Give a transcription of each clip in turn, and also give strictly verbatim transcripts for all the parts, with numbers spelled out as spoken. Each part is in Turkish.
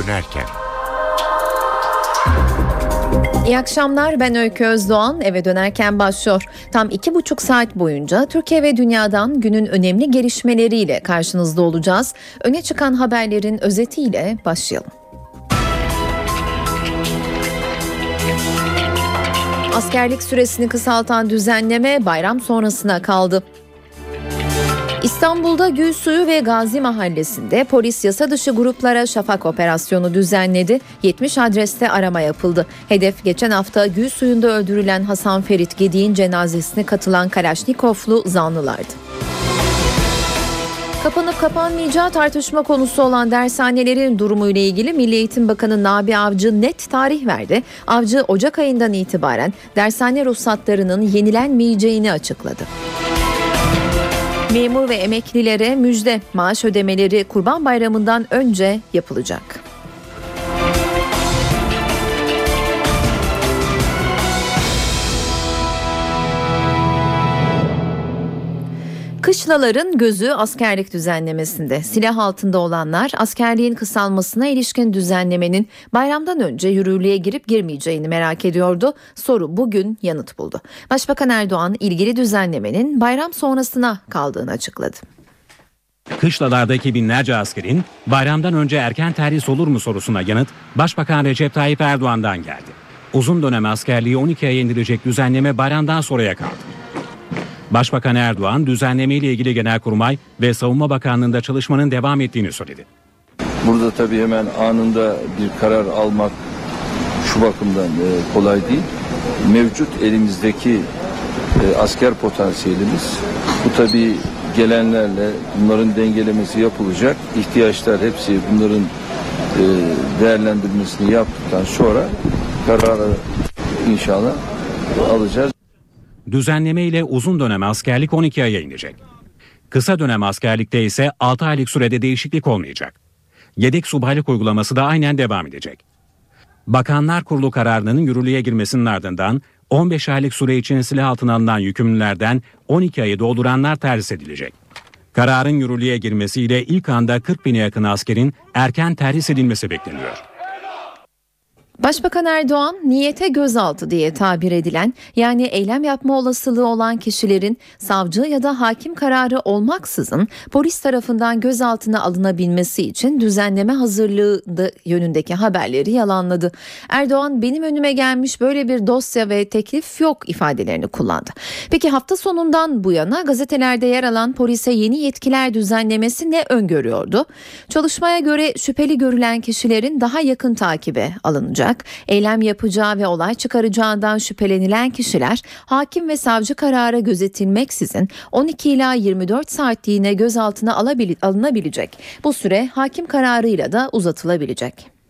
dönerken. İyi akşamlar, ben Öykü Özdoğan. Eve dönerken başlıyor. Tam iki buçuk saat boyunca Türkiye ve dünyadan günün önemli gelişmeleriyle karşınızda olacağız. Öne çıkan haberlerin özetiyle başlayalım. Askerlik süresini kısaltan düzenleme bayram sonrasına kaldı. İstanbul'da Gülsuyu ve Gazi Mahallesi'nde polis yasa dışı gruplara şafak operasyonu düzenledi. yetmiş adreste arama yapıldı. Hedef geçen hafta Gülsuyu'nda öldürülen Hasan Ferit Gedik'in cenazesine katılan Kalaşnikovlu zanlılardı. Kapanıp kapanmayacağı tartışma konusu olan dershanelerin durumuyla ilgili Milli Eğitim Bakanı Nabi Avcı net tarih verdi. Avcı Ocak ayından itibaren dershane ruhsatlarının yenilenmeyeceğini açıkladı. Memur ve emeklilere müjde, maaş ödemeleri Kurban Bayramı'ndan önce yapılacak. Kışlaların gözü askerlik düzenlemesinde. Silah altında olanlar askerliğin kısalmasına ilişkin düzenlemenin bayramdan önce yürürlüğe girip girmeyeceğini merak ediyordu. Soru bugün yanıt buldu. Başbakan Erdoğan ilgili düzenlemenin bayram sonrasına kaldığını açıkladı. Kışlalardaki binlerce askerin bayramdan önce erken terhis olur mu sorusuna yanıt Başbakan Recep Tayyip Erdoğan'dan geldi. Uzun dönem askerliği on iki aya indirecek düzenleme bayramdan sonraya kaldı. Başbakan Erdoğan düzenleme ile ilgili Genelkurmay ve Savunma Bakanlığı'nda çalışmanın devam ettiğini söyledi. Burada tabii hemen anında bir karar almak şu bakımdan kolay değil. Mevcut elimizdeki asker potansiyelimiz, bu tabii gelenlerle bunların dengelemesi yapılacak. İhtiyaçlar hepsi bunların değerlendirmesini yaptıktan sonra kararı inşallah alacağız. Düzenleme ile uzun dönem askerlik on iki aya inecek. Kısa dönem askerlikte ise altı aylık sürede değişiklik olmayacak. Yedek subaylık uygulaması da aynen devam edecek. Bakanlar Kurulu kararının yürürlüğe girmesinin ardından on beş aylık süre için silah altına alınan yükümlülerden on iki ayı dolduranlar terhis edilecek. Kararın yürürlüğe girmesiyle ilk anda kırk bine yakın askerin erken terhis edilmesi bekleniyor. Başbakan Erdoğan, niyete gözaltı diye tabir edilen, yani eylem yapma olasılığı olan kişilerin savcı ya da hakim kararı olmaksızın polis tarafından gözaltına alınabilmesi için düzenleme hazırlığı yönündeki haberleri yalanladı. Erdoğan, benim önüme gelmiş böyle bir dosya ve teklif yok ifadelerini kullandı. Peki hafta sonundan bu yana gazetelerde yer alan polise yeni yetkiler düzenlemesi ne öngörüyordu? Çalışmaya göre şüpheli görülen kişilerin daha yakın takibe alınacak. Eylem yapacağı ve olay çıkaracağından şüphelenilen kişiler hakim ve savcı kararı gözetilmeksizin on iki ila yirmi dört saatliğine gözaltına alınabilecek. Bu süre hakim kararıyla da uzatılabilecek.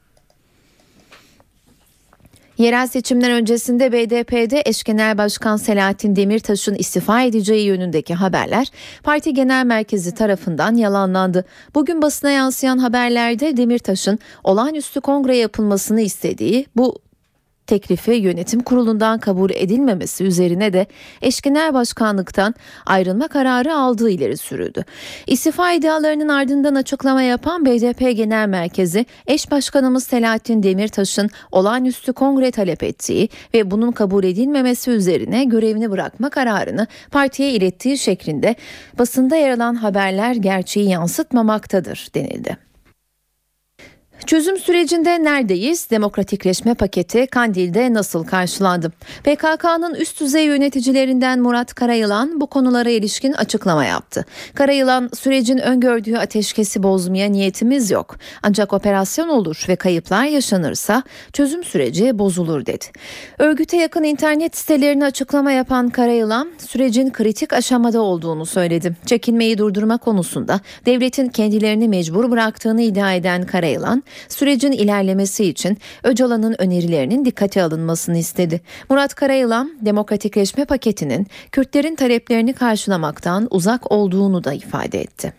Yerel seçimler öncesinde B D P'de eş genel başkan Selahattin Demirtaş'ın istifa edeceği yönündeki haberler parti genel merkezi tarafından yalanlandı. Bugün basına yansıyan haberlerde Demirtaş'ın olağanüstü kongre yapılmasını istediği, bu teklifi yönetim kurulundan kabul edilmemesi üzerine de eş genel başkanlıktan ayrılma kararı aldığı ileri sürüldü. İstifa iddialarının ardından açıklama yapan B D P Genel Merkezi, eş başkanımız Selahattin Demirtaş'ın olağanüstü kongre talep ettiği ve bunun kabul edilmemesi üzerine görevini bırakma kararını partiye ilettiği şeklinde basında yer alan haberler gerçeği yansıtmamaktadır denildi. Çözüm sürecinde neredeyiz? Demokratikleşme paketi Kandil'de nasıl karşılandı? P K K'nın üst düzey yöneticilerinden Murat Karayılan bu konulara ilişkin açıklama yaptı. Karayılan, sürecin öngördüğü ateşkesi bozmaya niyetimiz yok. Ancak operasyon olur ve kayıplar yaşanırsa çözüm süreci bozulur dedi. Örgüte yakın internet sitelerine açıklama yapan Karayılan, sürecin kritik aşamada olduğunu söyledi. Çekilmeyi durdurma konusunda devletin kendilerini mecbur bıraktığını iddia eden Karayılan, sürecin ilerlemesi için Öcalan'ın önerilerinin dikkate alınmasını istedi. Murat Karayılan, demokratikleşme paketinin Kürtlerin taleplerini karşılamaktan uzak olduğunu da ifade etti.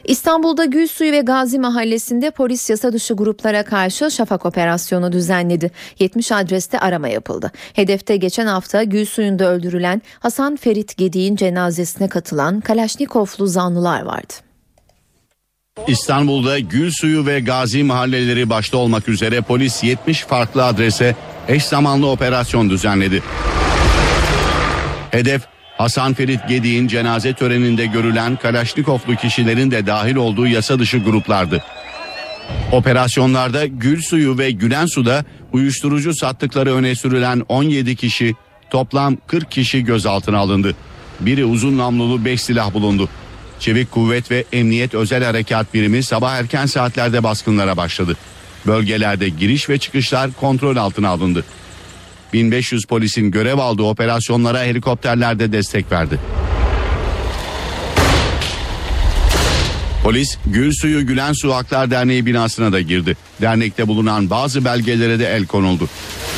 İstanbul'da Gülsuyu ve Gazi Mahallesi'nde polis yasa dışı gruplara karşı şafak operasyonu düzenledi. yetmiş adreste arama yapıldı. Hedefte geçen hafta Gülsuyu'nda öldürülen Hasan Ferit Gedik'in cenazesine katılan Kalaşnikovlu zanlılar vardı. İstanbul'da Gülsuyu ve Gazi mahalleleri başta olmak üzere polis yetmiş farklı adrese eş zamanlı operasyon düzenledi. Hedef Hasan Ferit Gedik'in cenaze töreninde görülen Kalaşnikovlu kişilerin de dahil olduğu yasa dışı gruplardı. Operasyonlarda Gülsuyu ve Gülensu'da uyuşturucu sattıkları öne sürülen on yedi kişi, toplam kırk kişi gözaltına alındı. Biri uzun namlulu beş silah bulundu. Çevik Kuvvet ve Emniyet Özel Harekat Birimi sabah erken saatlerde baskınlara başladı. Bölgelerde giriş ve çıkışlar kontrol altına alındı. bin beş yüz polisin görev aldığı operasyonlara helikopterler de destek verdi. Polis Gülsuyu Gülensu Haklar Derneği binasına da girdi. Dernekte bulunan bazı belgelere de el konuldu.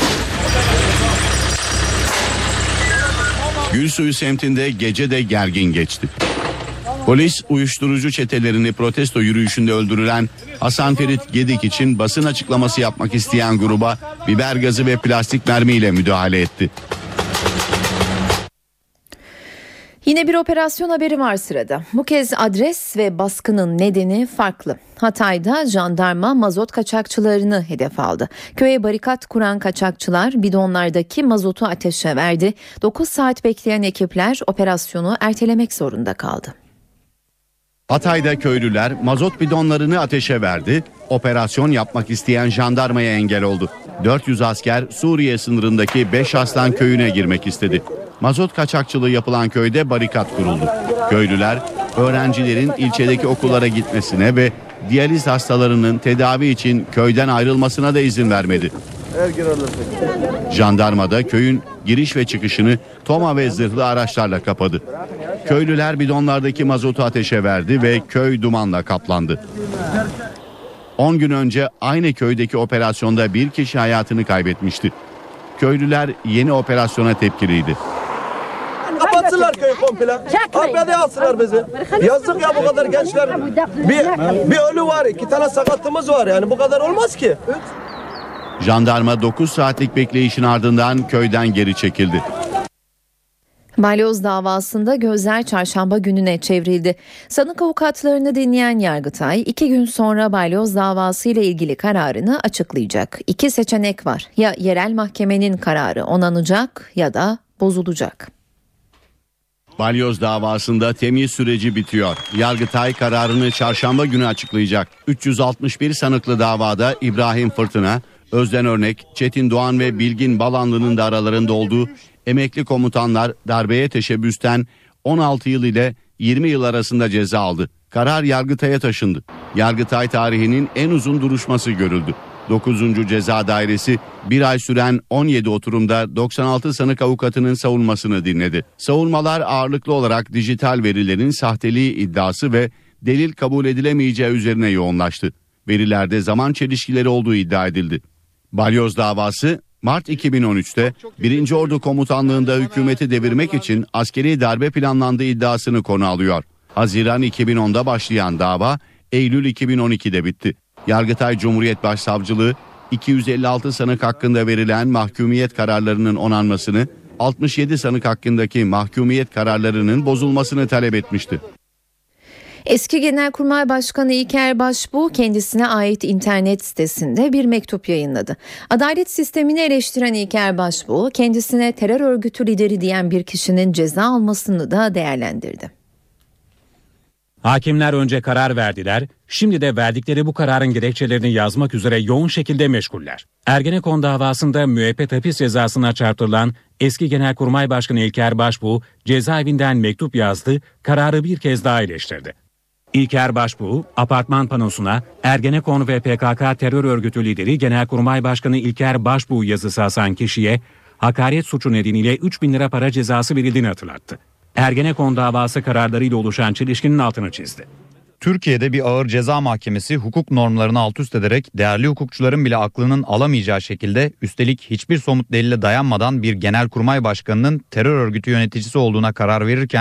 Gülsuyu semtinde gece de gergin geçti. Polis uyuşturucu çetelerini protesto yürüyüşünde öldürülen Hasan Ferit Gedik için basın açıklaması yapmak isteyen gruba biber gazı ve plastik mermiyle müdahale etti. Yine bir operasyon haberi var sırada. Bu kez adres ve baskının nedeni farklı. Hatay'da jandarma mazot kaçakçılarını hedef aldı. Köye barikat kuran kaçakçılar bidonlardaki mazotu ateşe verdi. dokuz saat bekleyen ekipler operasyonu ertelemek zorunda kaldı. Hatay'da köylüler mazot bidonlarını ateşe verdi. Operasyon yapmak isteyen jandarmaya engel oldu. dört yüz asker Suriye sınırındaki Beşaslan köyüne girmek istedi. Mazot kaçakçılığı yapılan köyde barikat kuruldu. Köylüler öğrencilerin ilçedeki okullara gitmesine ve diyaliz hastalarının tedavi için köyden ayrılmasına da izin vermedi. Jandarma da köyün giriş ve çıkışını toma ve zırhlı araçlarla kapadı. Köylüler bidonlardaki mazotu ateşe verdi ve köy dumanla kaplandı. on gün önce aynı köydeki operasyonda bir kişi hayatını kaybetmişti. Köylüler yeni operasyona tepkiliydi. Kapatsınlar köyü komple. Arkada alsınlar bizi. Yazık ya bu kadar gençler. Bir, bir ölü var, iki tane sakatımız var yani bu kadar olmaz ki. Jandarma dokuz saatlik bekleyişin ardından köyden geri çekildi. Balyoz davasında gözler çarşamba gününe çevrildi. Sanık avukatlarını dinleyen Yargıtay iki gün sonra balyoz davası ile ilgili kararını açıklayacak. İki seçenek var. Ya yerel mahkemenin kararı onanacak ya da bozulacak. Balyoz davasında temyiz süreci bitiyor. Yargıtay kararını çarşamba günü açıklayacak. üç yüz altmış bir sanıklı davada İbrahim Fırtına, Özden Örnek, Çetin Doğan ve Bilgin Balanlı'nın da aralarında olduğu emekli komutanlar darbeye teşebbüsten on altı yıl ile yirmi yıl arasında ceza aldı. Karar Yargıtay'a taşındı. Yargıtay tarihinin en uzun duruşması görüldü. dokuzuncu Ceza Dairesi bir ay süren on yedi oturumda doksan altı sanık avukatının savunmasını dinledi. Savunmalar ağırlıklı olarak dijital verilerin sahteliği iddiası ve delil kabul edilemeyeceği üzerine yoğunlaştı. Verilerde zaman çelişkileri olduğu iddia edildi. Balyoz davası Mart iki bin on üçte birinci Ordu Komutanlığı'nda hükümeti devirmek için askeri darbe planlandığı iddiasını konu alıyor. Haziran iki bin onda başlayan dava Eylül iki bin on ikide bitti. Yargıtay Cumhuriyet Başsavcılığı iki yüz elli altı sanık hakkında verilen mahkumiyet kararlarının onanmasını, altmış yedi sanık hakkındaki mahkumiyet kararlarının bozulmasını talep etmişti. Eski Genelkurmay Başkanı İlker Başbuğ kendisine ait internet sitesinde bir mektup yayınladı. Adalet sistemini eleştiren İlker Başbuğ kendisine terör örgütü lideri diyen bir kişinin ceza almasını da değerlendirdi. Hakimler önce karar verdiler, şimdi de verdikleri bu kararın gerekçelerini yazmak üzere yoğun şekilde meşguller. Ergenekon davasında müebbet hapis cezasına çarptırılan eski Genelkurmay Başkanı İlker Başbuğ cezaevinden mektup yazdı, kararı bir kez daha eleştirdi. İlker Başbuğ, apartman panosuna Ergenekon ve P K K terör örgütü lideri Genelkurmay Başkanı İlker Başbuğ yazısı asan kişiye hakaret suçu nedeniyle üç bin lira para cezası verildiğini hatırlattı. Ergenekon davası kararlarıyla oluşan çelişkinin altını çizdi. Türkiye'de bir ağır ceza mahkemesi hukuk normlarını alt üst ederek değerli hukukçuların bile aklının alamayacağı şekilde üstelik hiçbir somut delile dayanmadan bir genelkurmay başkanının terör örgütü yöneticisi olduğuna karar verirken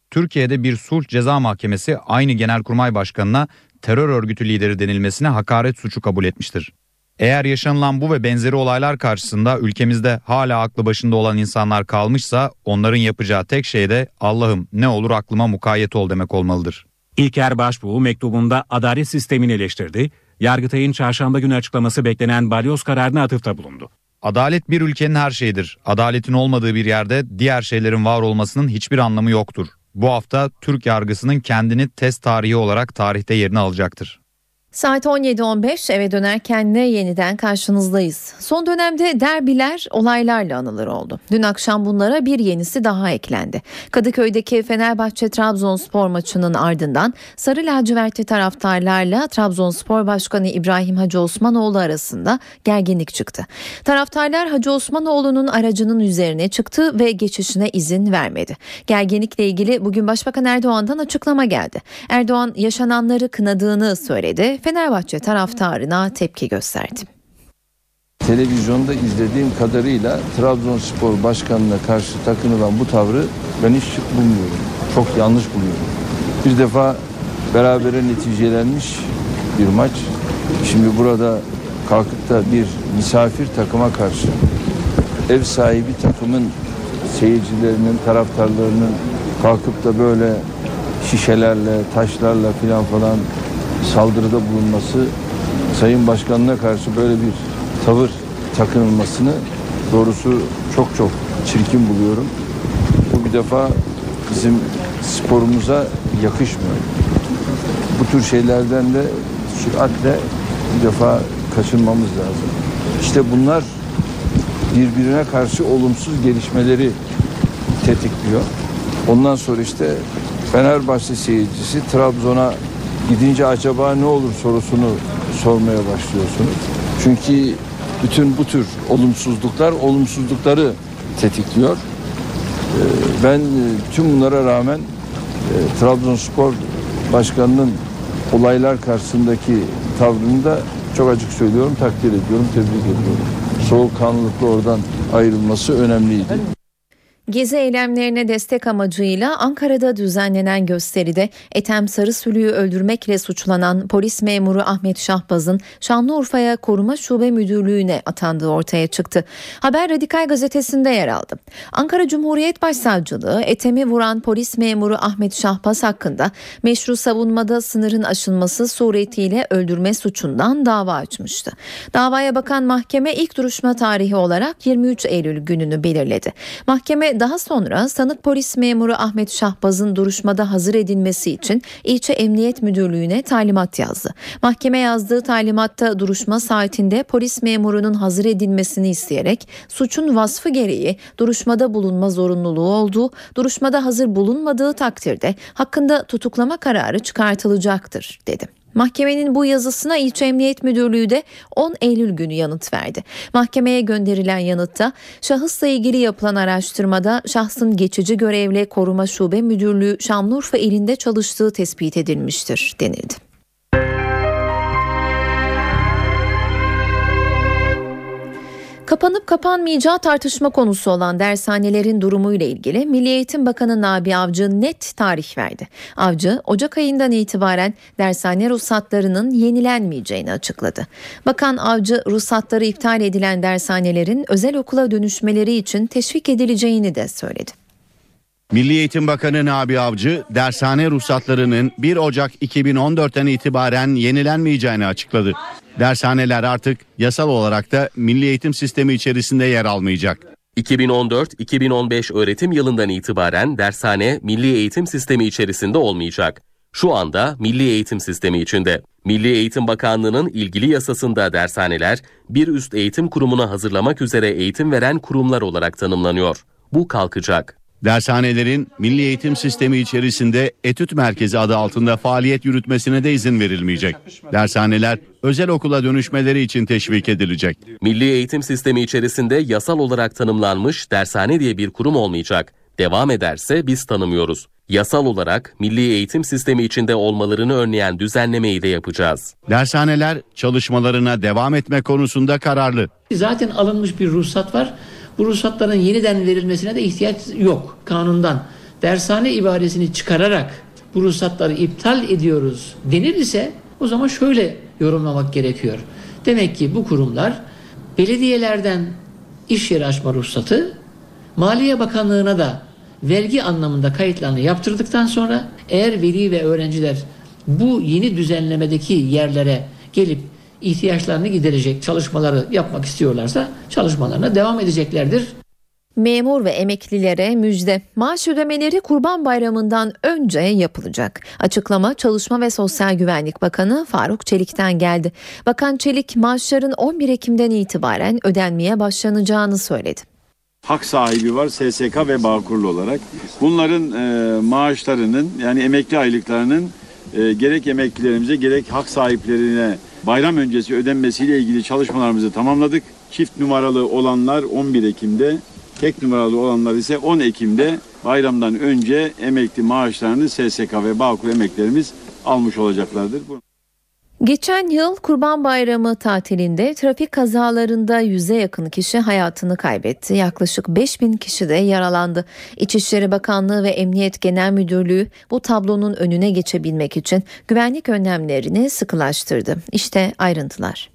Türkiye'de bir sulh ceza mahkemesi aynı Genelkurmay Başkanı'na terör örgütü lideri denilmesine hakaret suçu kabul etmiştir. Eğer yaşanılan bu ve benzeri olaylar karşısında ülkemizde hala aklı başında olan insanlar kalmışsa onların yapacağı tek şey de Allah'ım ne olur aklıma mukayyet ol demek olmalıdır. İlker Başbuğ mektubunda adalet sistemini eleştirdi. Yargıtay'ın çarşamba günü açıklaması beklenen balyoz kararına atıfta bulundu. Adalet bir ülkenin her şeyidir. Adaletin olmadığı bir yerde diğer şeylerin var olmasının hiçbir anlamı yoktur. Bu hafta Türk yargısının kendini test tarihi olarak tarihte yerini alacaktır. Saat on yedi on beş eve dönerken ne yeniden karşınızdayız. Son dönemde derbiler olaylarla anılır oldu. Dün akşam bunlara bir yenisi daha eklendi. Kadıköy'deki Fenerbahçe-Trabzonspor maçının ardından sarı lacivertli taraftarlarla Trabzonspor Başkanı İbrahim Hacı Osmanoğlu arasında gerginlik çıktı. Taraftarlar Hacı Osmanoğlu'nun aracının üzerine çıktı ve geçişine izin vermedi. Gerginlikle ilgili bugün Başbakan Erdoğan'dan açıklama geldi. Erdoğan yaşananları kınadığını söyledi. Fenerbahçe taraftarına tepki gösterdi. Televizyonda izlediğim kadarıyla Trabzonspor Başkanı'na karşı takınılan bu tavrı ben hiç şık bulmuyorum. Çok yanlış buluyorum. Bir defa berabere neticelenmiş bir maç. Şimdi burada kalkıp da bir misafir takıma karşı ev sahibi takımın seyircilerinin, taraftarlarının kalkıp da böyle şişelerle, taşlarla filan falan saldırıda bulunması, Sayın Başkanı'na karşı böyle bir tavır takınılmasını doğrusu çok çok çirkin buluyorum. Bu bir defa bizim sporumuza yakışmıyor. Bu tür şeylerden de süratle bir defa kaçınmamız lazım. İşte bunlar birbirine karşı olumsuz gelişmeleri tetikliyor. Ondan sonra işte Fenerbahçe seyircisi Trabzon'a gidince acaba ne olur sorusunu sormaya başlıyorsunuz. Çünkü bütün bu tür olumsuzluklar olumsuzlukları tetikliyor. Ben tüm bunlara rağmen Trabzonspor Başkanı'nın olaylar karşısındaki tavrını da çok açık söylüyorum, takdir ediyorum, tebrik ediyorum. Soğukkanlılıkla oradan ayrılması önemliydi. Gezi eylemlerine destek amacıyla Ankara'da düzenlenen gösteride Ethem Sarısülü'yü öldürmekle suçlanan polis memuru Ahmet Şahbaz'ın Şanlıurfa'ya Koruma Şube Müdürlüğü'ne atandığı ortaya çıktı. Haber Radikal Gazetesi'nde yer aldı. Ankara Cumhuriyet Başsavcılığı Ethem'i vuran polis memuru Ahmet Şahbaz hakkında meşru savunmada sınırın aşılması suretiyle öldürme suçundan dava açmıştı. Davaya bakan mahkeme ilk duruşma tarihi olarak yirmi üç Eylül gününü belirledi. Mahkeme daha sonra sanık polis memuru Ahmet Şahbaz'ın duruşmada hazır edilmesi için İlçe Emniyet Müdürlüğü'ne talimat yazdı. Mahkeme yazdığı talimatta duruşma saatinde polis memurunun hazır edilmesini isteyerek suçun vasfı gereği duruşmada bulunma zorunluluğu olduğu, duruşmada hazır bulunmadığı takdirde hakkında tutuklama kararı çıkartılacaktır dedi. Mahkemenin bu yazısına İlçe Emniyet Müdürlüğü de on Eylül günü yanıt verdi. Mahkemeye gönderilen yanıtta şahısla ilgili yapılan araştırmada şahsın geçici görevle Koruma Şube Müdürlüğü Şanlıurfa ilinde çalıştığı tespit edilmiştir denildi. Kapanıp kapanmayacağı tartışma konusu olan dershanelerin durumuyla ilgili Milli Eğitim Bakanı Nabi Avcı net tarih verdi. Avcı, Ocak ayından itibaren dershane ruhsatlarının yenilenmeyeceğini açıkladı. Bakan Avcı, ruhsatları iptal edilen dershanelerin özel okula dönüşmeleri için teşvik edileceğini de söyledi. Milli Eğitim Bakanı Nabi Avcı, dershane ruhsatlarının bir Ocak iki bin on dörtten itibaren yenilenmeyeceğini açıkladı. Dershaneler artık yasal olarak da milli eğitim sistemi içerisinde yer almayacak. iki bin on dört iki bin on beş öğretim yılından itibaren dershane milli eğitim sistemi içerisinde olmayacak. Şu anda milli eğitim sistemi içinde. Milli Eğitim Bakanlığı'nın ilgili yasasında dershaneler bir üst eğitim kurumuna hazırlamak üzere eğitim veren kurumlar olarak tanımlanıyor. Bu kalkacak. Dershanelerin milli eğitim sistemi içerisinde etüt merkezi adı altında faaliyet yürütmesine de izin verilmeyecek. Dershaneler özel okula dönüşmeleri için teşvik edilecek. Milli eğitim sistemi içerisinde yasal olarak tanımlanmış dershane diye bir kurum olmayacak. Devam ederse biz tanımıyoruz. Yasal olarak milli eğitim sistemi içinde olmalarını önleyen düzenlemeyi de yapacağız. Dershaneler çalışmalarına devam etme konusunda kararlı. Zaten alınmış bir ruhsat var. Bu ruhsatların yeniden verilmesine de ihtiyaç yok kanundan. dershane ibaresini çıkararak bu ruhsatları iptal ediyoruz denir ise o zaman şöyle yorumlamak gerekiyor. Demek ki bu kurumlar belediyelerden iş yeri açma ruhsatı, Maliye Bakanlığı'na da vergi anlamında kayıtlarını yaptırdıktan sonra eğer veli ve öğrenciler bu yeni düzenlemedeki yerlere gelip ihtiyaçlarını giderecek çalışmaları yapmak istiyorlarsa çalışmalarına devam edeceklerdir. Memur ve emeklilere müjde. Maaş ödemeleri Kurban Bayramı'ndan önce yapılacak. Açıklama Çalışma ve Sosyal Güvenlik Bakanı Faruk Çelik'ten geldi. Bakan Çelik maaşların on bir Ekim'den itibaren ödenmeye başlanacağını söyledi. Hak sahibi var S S K ve Bağkurlu olarak. Bunların e, maaşlarının yani emekli aylıklarının e, gerek emeklilerimize gerek hak sahiplerine bayram öncesi ödenmesiyle ilgili çalışmalarımızı tamamladık. Çift numaralı olanlar on bir Ekim'de, tek numaralı olanlar ise on Ekim'de bayramdan önce emekli maaşlarını S S K ve Bağkur emeklilerimiz almış olacaklardır. Geçen yıl Kurban Bayramı tatilinde trafik kazalarında yüze yakın kişi hayatını kaybetti. Yaklaşık beş bin kişi de yaralandı. İçişleri Bakanlığı ve Emniyet Genel Müdürlüğü bu tablonun önüne geçebilmek için güvenlik önlemlerini sıkılaştırdı. İşte ayrıntılar.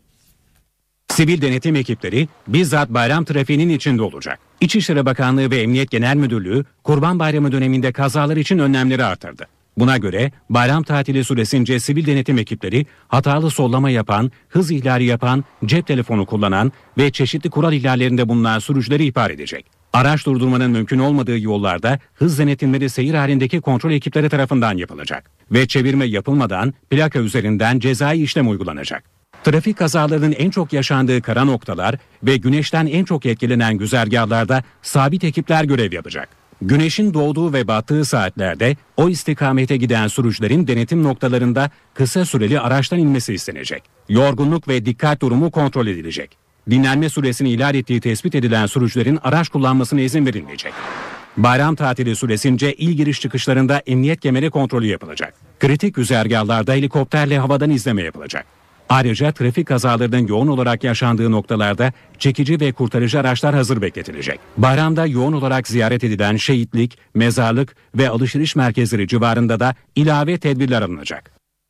Sivil denetim ekipleri bizzat bayram trafiğinin içinde olacak. İçişleri Bakanlığı ve Emniyet Genel Müdürlüğü Kurban Bayramı döneminde kazalar için önlemleri artırdı. Buna göre bayram tatili süresince sivil denetim ekipleri hatalı sollama yapan, hız ihlali yapan, cep telefonu kullanan ve çeşitli kural ihlallerinde bulunan sürücüleri ihbar edecek. Araç durdurmanın mümkün olmadığı yollarda hız denetimleri seyir halindeki kontrol ekipleri tarafından yapılacak ve çevirme yapılmadan plaka üzerinden cezai işlem uygulanacak. Trafik kazalarının en çok yaşandığı kara noktalar ve güneşten en çok etkilenen güzergahlarda sabit ekipler görev yapacak. Güneşin doğduğu ve battığı saatlerde o istikamete giden sürücülerin denetim noktalarında kısa süreli araçtan inmesi istenecek. Yorgunluk ve dikkat durumu kontrol edilecek. Dinlenme süresini ihlal ettiği tespit edilen sürücülerin araç kullanmasına izin verilmeyecek. Bayram tatili süresince il giriş çıkışlarında emniyet kemeri kontrolü yapılacak. Kritik güzergahlarda helikopterle havadan izleme yapılacak. Ayrıca trafik kazalarının yoğun olarak yaşandığı noktalarda çekici ve kurtarıcı araçlar hazır bekletilecek. Bayramda yoğun olarak ziyaret edilen şehitlik, mezarlık ve alışveriş merkezleri civarında da ilave tedbirler alınacak.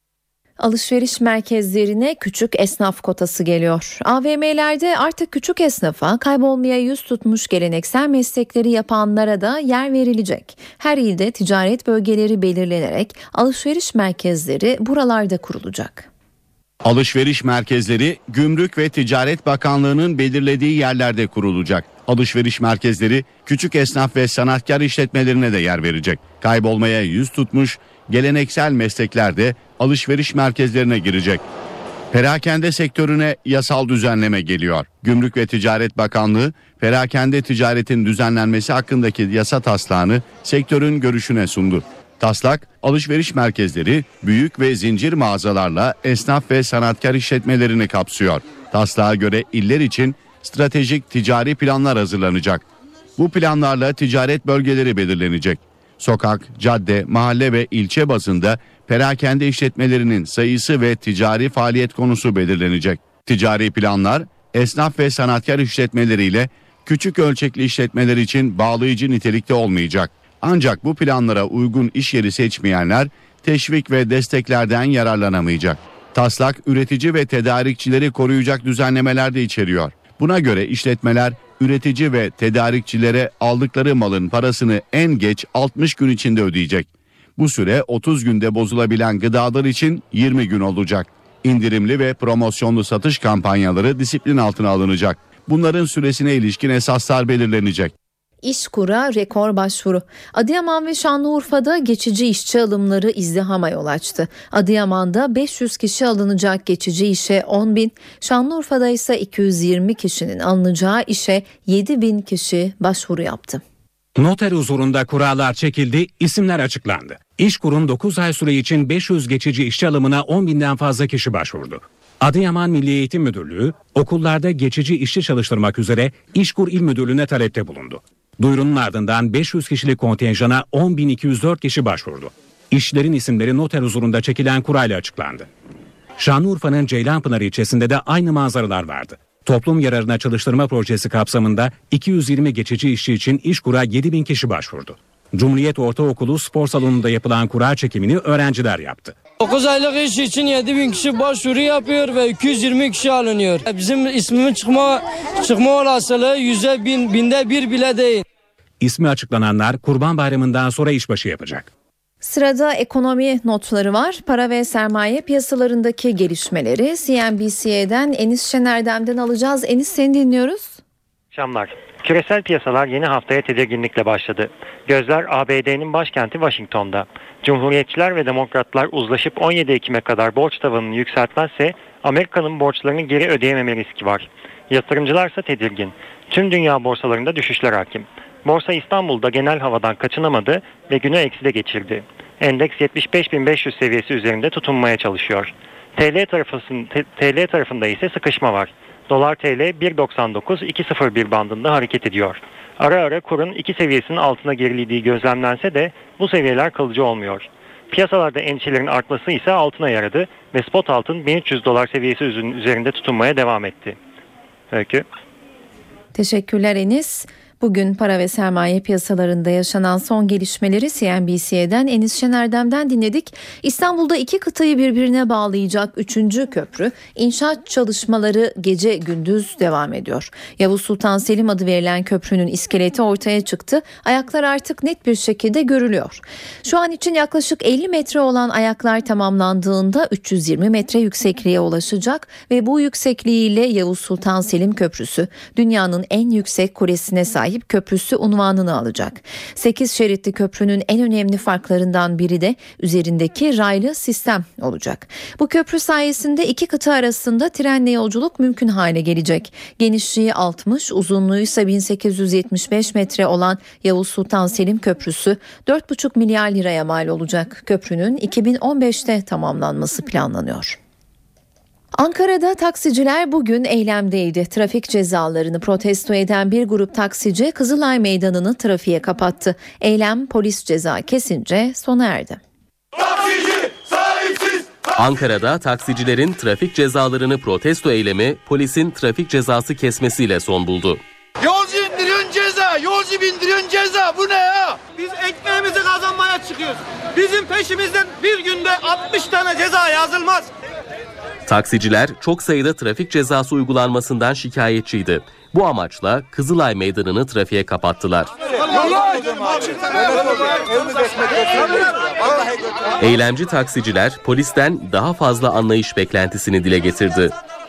Alışveriş merkezlerine küçük esnaf kotası geliyor. A V M'lerde artık küçük esnafa, kaybolmaya yüz tutmuş geleneksel meslekleri yapanlara da yer verilecek. Her ilde ticaret bölgeleri belirlenerek alışveriş merkezleri buralarda kurulacak. Alışveriş merkezleri Gümrük ve Ticaret Bakanlığı'nın belirlediği yerlerde kurulacak. Alışveriş merkezleri küçük esnaf ve sanatkar işletmelerine de yer verecek. Kaybolmaya yüz tutmuş geleneksel meslekler de alışveriş merkezlerine girecek. Perakende sektörüne yasal düzenleme geliyor. Gümrük ve Ticaret Bakanlığı perakende ticaretin düzenlenmesi hakkındaki yasa taslağını sektörün görüşüne sundu. Taslak, alışveriş merkezleri, büyük ve zincir mağazalarla esnaf ve sanatkar işletmelerini kapsıyor. Taslağa göre iller için stratejik ticari planlar hazırlanacak. Bu planlarla ticaret bölgeleri belirlenecek. Sokak, cadde, mahalle ve ilçe bazında perakende işletmelerinin sayısı ve ticari faaliyet konusu belirlenecek. Ticari planlar, esnaf ve sanatkar işletmeleriyle küçük ölçekli işletmeler için bağlayıcı nitelikte olmayacak. Ancak bu planlara uygun iş yeri seçmeyenler teşvik ve desteklerden yararlanamayacak. Taslak üretici ve tedarikçileri koruyacak düzenlemeler de içeriyor. Buna göre işletmeler üretici ve tedarikçilere aldıkları malın parasını en geç altmış gün içinde ödeyecek. Bu süre otuz günde bozulabilen gıdalar için yirmi gün olacak. İndirimli ve promosyonlu satış kampanyaları disiplin altına alınacak. Bunların süresine ilişkin esaslar belirlenecek. İşkur'a rekor başvuru. Adıyaman ve Şanlıurfa'da geçici işçi alımları izdihama yol açtı. Adıyaman'da beş yüz kişi alınacak geçici işe on bin, Şanlıurfa'da ise iki yüz yirmi kişinin alınacağı işe yedi bin kişi başvuru yaptı. Noter huzurunda kurallar çekildi, isimler açıklandı. İşkur'un dokuz ay süre için beş yüz geçici işçi alımına on binden fazla kişi başvurdu. Adıyaman Milli Eğitim Müdürlüğü okullarda geçici işçi çalıştırmak üzere İşkur İl Müdürlüğü'ne talepte bulundu. Duyurunun ardından beş yüz kişilik kontenjana on bin iki yüz dört kişi başvurdu. İşçilerin isimleri noter huzurunda çekilen kurayla açıklandı. Şanlıurfa'nın Ceylanpınar ilçesinde de aynı manzaralar vardı. Toplum yararına çalıştırma projesi kapsamında iki yüz yirmi geçici işçi için İşkur'a yedi bin kişi başvurdu. Cumhuriyet Ortaokulu spor salonunda yapılan kura çekimini öğrenciler yaptı. dokuz aylık iş için yedi bin kişi başvuru yapıyor ve iki yüz yirmi kişi alınıyor. Bizim ismimin çıkma çıkma olasılığı yüzde bin, binde bir bile değil. İsmi açıklananlar Kurban Bayramı'ndan sonra işbaşı yapacak. Sırada ekonomi notları var. Para ve sermaye piyasalarındaki gelişmeleri C N B C'den Enis Şenerdem'den alacağız. Enis, seni dinliyoruz. Akşamlar. Küresel piyasalar yeni haftaya tedirginlikle başladı. Gözler A B D'nin başkenti Washington'da. Cumhuriyetçiler ve demokratlar uzlaşıp on yedi Ekim'e kadar borç tavanını yükseltmezse Amerika'nın borçlarını geri ödeyememe riski var. Yatırımcılarsa tedirgin. Tüm dünya borsalarında düşüşler hakim. Borsa İstanbul'da genel havadan kaçınamadı ve günü ekside geçirdi. Endeks yetmiş beş bin beş yüz seviyesi üzerinde tutunmaya çalışıyor. T L tarafında, T L tarafında ise sıkışma var. Dolar T L bir doksan dokuz iki sıfır bir bandında hareket ediyor. Ara ara kurun iki seviyesinin altına gerilediği gözlemlense de bu seviyeler kalıcı olmuyor. Piyasalarda endişelerin artması ise altına yaradı ve spot altın bin üç yüz dolar seviyesi üzerinde tutunmaya devam etti. Öykü. Teşekkürler Enis. Bugün para ve sermaye piyasalarında yaşanan son gelişmeleri C N B C'den Enis Şenerdem'den dinledik. İstanbul'da iki kıtayı birbirine bağlayacak üçüncü köprü inşaat çalışmaları gece gündüz devam ediyor. Yavuz Sultan Selim adı verilen köprünün iskeleti ortaya çıktı. Ayaklar artık net bir şekilde görülüyor. Şu an için yaklaşık elli metre olan ayaklar tamamlandığında üç yüz yirmi metre yüksekliğe ulaşacak ve bu yüksekliğiyle Yavuz Sultan Selim Köprüsü dünyanın en yüksek kulesine sahip köprüsü unvanını alacak. sekiz şeritli köprünün en önemli farklarından biri de üzerindeki raylı sistem olacak. Bu köprü sayesinde iki kıta arasında trenle yolculuk mümkün hale gelecek. Genişliği altmış, uzunluğu ise bin sekiz yüz yetmiş beş metre olan Yavuz Sultan Selim Köprüsü dört buçuk milyar liraya mal olacak. Köprünün iki bin on beşte tamamlanması planlanıyor. Ankara'da taksiciler bugün eylemdeydi. Trafik cezalarını protesto eden bir grup taksici Kızılay Meydanı'nı trafiğe kapattı. Eylem polis ceza kesince sona erdi. Taksici, sahipsiz. Ankara'da taksicilerin trafik cezalarını protesto eylemi polisin trafik cezası kesmesiyle son buldu. Yolcu indiriyorsun ceza, yolcu bindiriyorsun ceza. Bu ne ya? Biz ekmeğimizi kazanmaya çıkıyoruz. Bizim peşimizden bir günde altmış tane ceza yazılmaz. Taksiciler çok sayıda trafik cezası uygulanmasından şikayetçiydi. Bu amaçla Kızılay Meydanı'nı trafiğe kapattılar. Eylemci taksiciler polisten daha fazla anlayış beklentisini dile getirdi.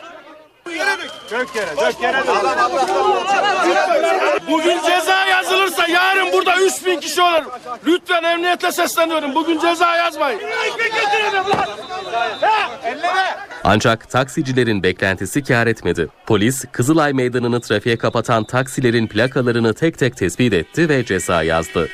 Bugün ceza yazılırsa yarın burada üç bin kişi olur. Lütfen emniyete sesleniyorum. Bugün ceza yazmayın. Ancak taksicilerin beklentisi kâr etmedi. Polis, Kızılay Meydanı'nı trafiğe kapatan taksilerin plakalarını tek tek tespit etti ve ceza yazdı.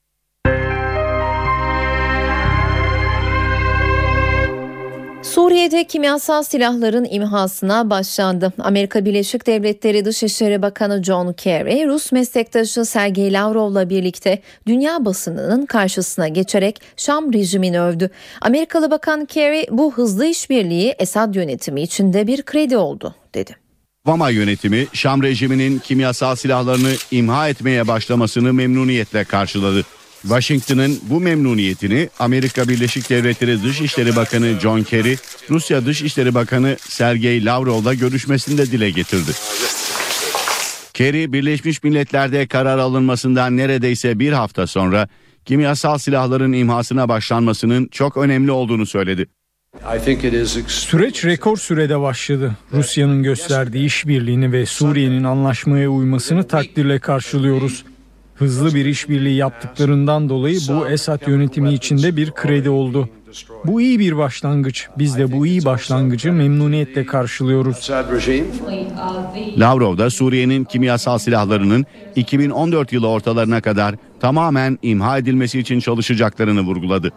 Suriye'de kimyasal silahların imhasına başlandı. Amerika Birleşik Devletleri Dışişleri Bakanı John Kerry, Rus meslektaşı Sergey Lavrov'la birlikte dünya basınının karşısına geçerek Şam rejimini övdü. Amerikalı Bakan Kerry, bu hızlı işbirliği Esad yönetimi içinde bir kredi oldu, dedi. Obama yönetimi Şam rejiminin kimyasal silahlarını imha etmeye başlamasını memnuniyetle karşıladı. Washington'ın bu memnuniyetini Amerika Birleşik Devletleri Dışişleri Bakanı John Kerry, Rusya Dışişleri Bakanı Sergey Lavrov'la görüşmesinde dile getirdi. Kerry, Birleşmiş Milletler'de karar alınmasından neredeyse bir hafta sonra kimyasal silahların imhasına başlanmasının çok önemli olduğunu söyledi. Süreç rekor sürede başladı. Rusya'nın gösterdiği işbirliğini ve Suriye'nin anlaşmaya uymasını takdirle karşılıyoruz. Hızlı bir işbirliği yaptıklarından dolayı bu Esad yönetimi içinde bir kredi oldu. Bu iyi bir başlangıç. Biz de bu iyi başlangıcı memnuniyetle karşılıyoruz. Lavrov da Suriye'nin kimyasal silahlarının iki bin on dört yılı ortalarına kadar tamamen imha edilmesi için çalışacaklarını vurguladı.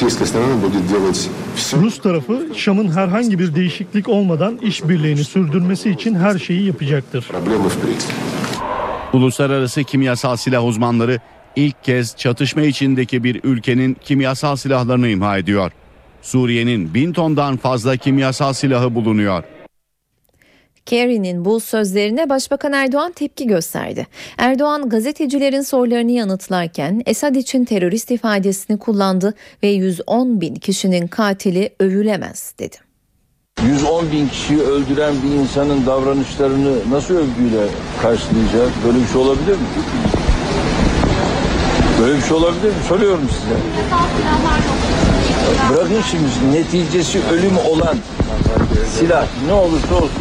Rus tarafı Şam'ın herhangi bir değişiklik olmadan işbirliğini sürdürmesi için her şeyi yapacaktır. Uluslararası kimyasal silah uzmanları ilk kez çatışma içindeki bir ülkenin kimyasal silahlarını imha ediyor. Suriye'nin bin tondan fazla kimyasal silahı bulunuyor. Kerry'nin bu sözlerine Başbakan Erdoğan tepki gösterdi. Erdoğan gazetecilerin sorularını yanıtlarken Esad için terörist ifadesini kullandı ve yüz on bin kişinin katili övülemez dedi. yüz on bin kişiyi öldüren bir insanın davranışlarını nasıl övgüyle karşılayacağız? Böyle bir şey olabilir mi? Böyle bir şey olabilir mi? Soruyorum size. Bırakın şimdi neticesi ölüm olan silah ne olursa olsun.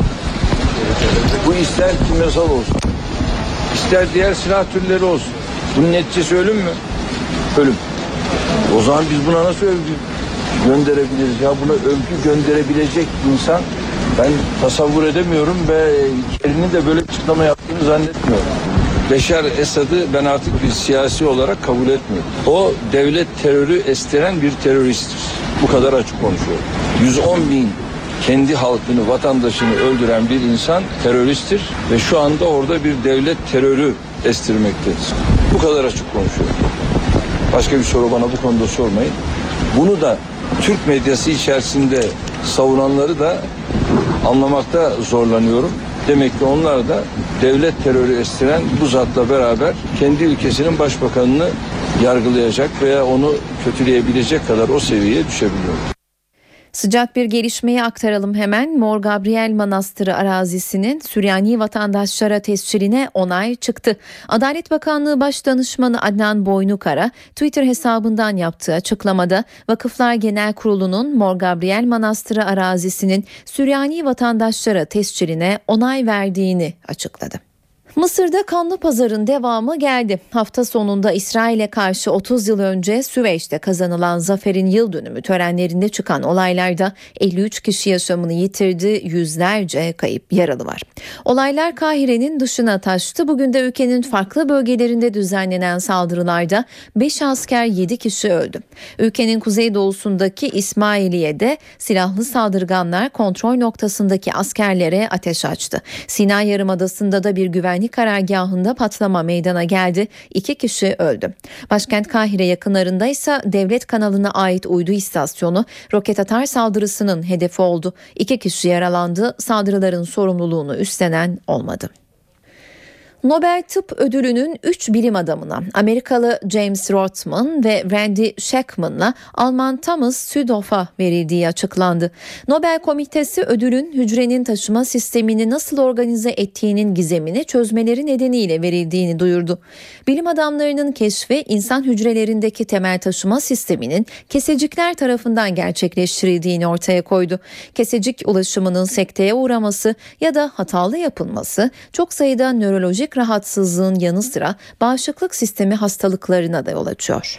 Bu ister kimyasal olsun. İster diğer silah türleri olsun. Bunun neticesi ölüm mü? Ölüm. O zaman biz buna nasıl övgü gönderebiliriz? Ya buna övgü gönderebilecek insan ben tasavvur edemiyorum ve Kerry'nin de böyle açıklama yaptığını zannetmiyorum. Beşar Esad'ı ben artık bir siyasi olarak kabul etmiyorum. O devlet terörü estiren bir teröristtir. Bu kadar açık konuşuyorum. yüz on bin kendi halkını, vatandaşını öldüren bir insan teröristtir ve şu anda orada bir devlet terörü estirmektedir. Bu kadar açık konuşuyorum. Başka bir soru bana bu konuda sormayın. Bunu da Türk medyası içerisinde savunanları da anlamakta zorlanıyorum. Demek ki onlar da devlet terörü estiren bu zatla beraber kendi ülkesinin başbakanını yargılayacak veya onu kötüleyebilecek kadar o seviyeye düşebiliyor. Sıcak bir gelişmeyi aktaralım hemen. Mor Gabriel Manastırı arazisinin Süryani vatandaşlara tescilline onay çıktı. Adalet Bakanlığı Başdanışmanı Adnan Boynukara Twitter hesabından yaptığı açıklamada Vakıflar Genel Kurulu'nun Mor Gabriel Manastırı arazisinin Süryani vatandaşlara tescilline onay verdiğini açıkladı. Mısır'da kanlı pazarın devamı geldi. Hafta sonunda İsrail'e karşı otuz yıl önce Süveyş'te kazanılan zaferin yıl dönümü törenlerinde çıkan olaylarda elli üç kişi yaşamını yitirdi, yüzlerce kayıp yaralı var. Olaylar Kahire'nin dışına taştı. Bugün de ülkenin farklı bölgelerinde düzenlenen saldırılarda beş asker yedi kişi öldü. Ülkenin kuzeydoğusundaki İsmailiye'de silahlı saldırganlar kontrol noktasındaki askerlere ateş açtı. Sinay Yarımadası'nda da bir güvenlik karargahında patlama meydana geldi. İki kişi öldü. Başkent Kahire yakınlarında ise devlet kanalına ait uydu istasyonu roket atar saldırısının hedefi oldu. İki kişi yaralandı. Saldırıların sorumluluğunu üstlenen olmadı. Nobel Tıp Ödülü'nün üç bilim adamına Amerikalı James Rothman ve Randy Sheckman'la Alman Thomas Südhoff'a verildiği açıklandı. Nobel Komitesi ödülün hücrenin taşıma sistemini nasıl organize ettiğinin gizemini çözmeleri nedeniyle verildiğini duyurdu. Bilim adamlarının keşfi insan hücrelerindeki temel taşıma sisteminin kesecikler tarafından gerçekleştirildiğini ortaya koydu. Kesecik ulaşımının sekteye uğraması ya da hatalı yapılması çok sayıda nörolojik rahatsızlığın yanı sıra bağışıklık sistemi hastalıklarına da yol açıyor.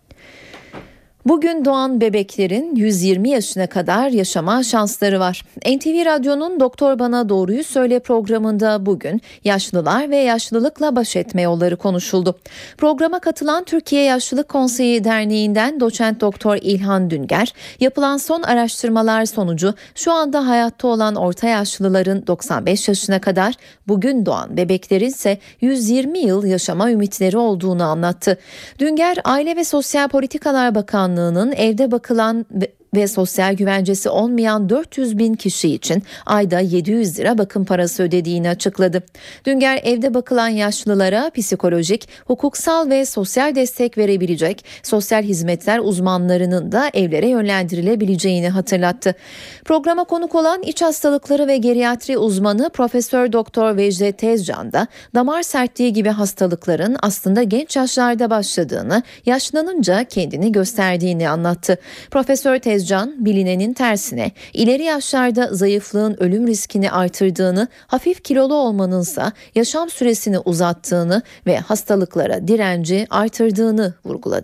Bugün doğan bebeklerin yüz yirmi yaşına kadar yaşama şansları var. N T V Radyo'nun Doktor Bana Doğruyu Söyle programında bugün yaşlılar ve yaşlılıkla baş etme yolları konuşuldu. Programa katılan Türkiye Yaşlılık Konseyi Derneği'nden doçent doktor İlhan Dünger, yapılan son araştırmalar sonucu şu anda hayatta olan orta yaşlıların doksan beş yaşına kadar, bugün doğan bebeklerin ise yüz yirmi yıl yaşama ümitleri olduğunu anlattı. Dünger, Aile ve Sosyal Politikalar Bakanlığı evde bakılan ve sosyal güvencesi olmayan dört yüz bin kişi için ayda yedi yüz lira bakım parası ödediğini açıkladı. Dünger, evde bakılan yaşlılara psikolojik, hukuksal ve sosyal destek verebilecek sosyal hizmetler uzmanlarının da evlere yönlendirilebileceğini hatırlattı. Programa konuk olan iç hastalıkları ve geriatri uzmanı Profesör Doktor Vejde Tezcan da damar sertliği gibi hastalıkların aslında genç yaşlarda başladığını, yaşlanınca kendini gösterdiğini anlattı. Profesör Tezcan, bilinenin tersine ileri yaşlarda zayıflığın ölüm riskini artırdığını, hafif kilolu olmanınsa yaşam süresini uzattığını ve hastalıklara direnci artırdığını vurguladı.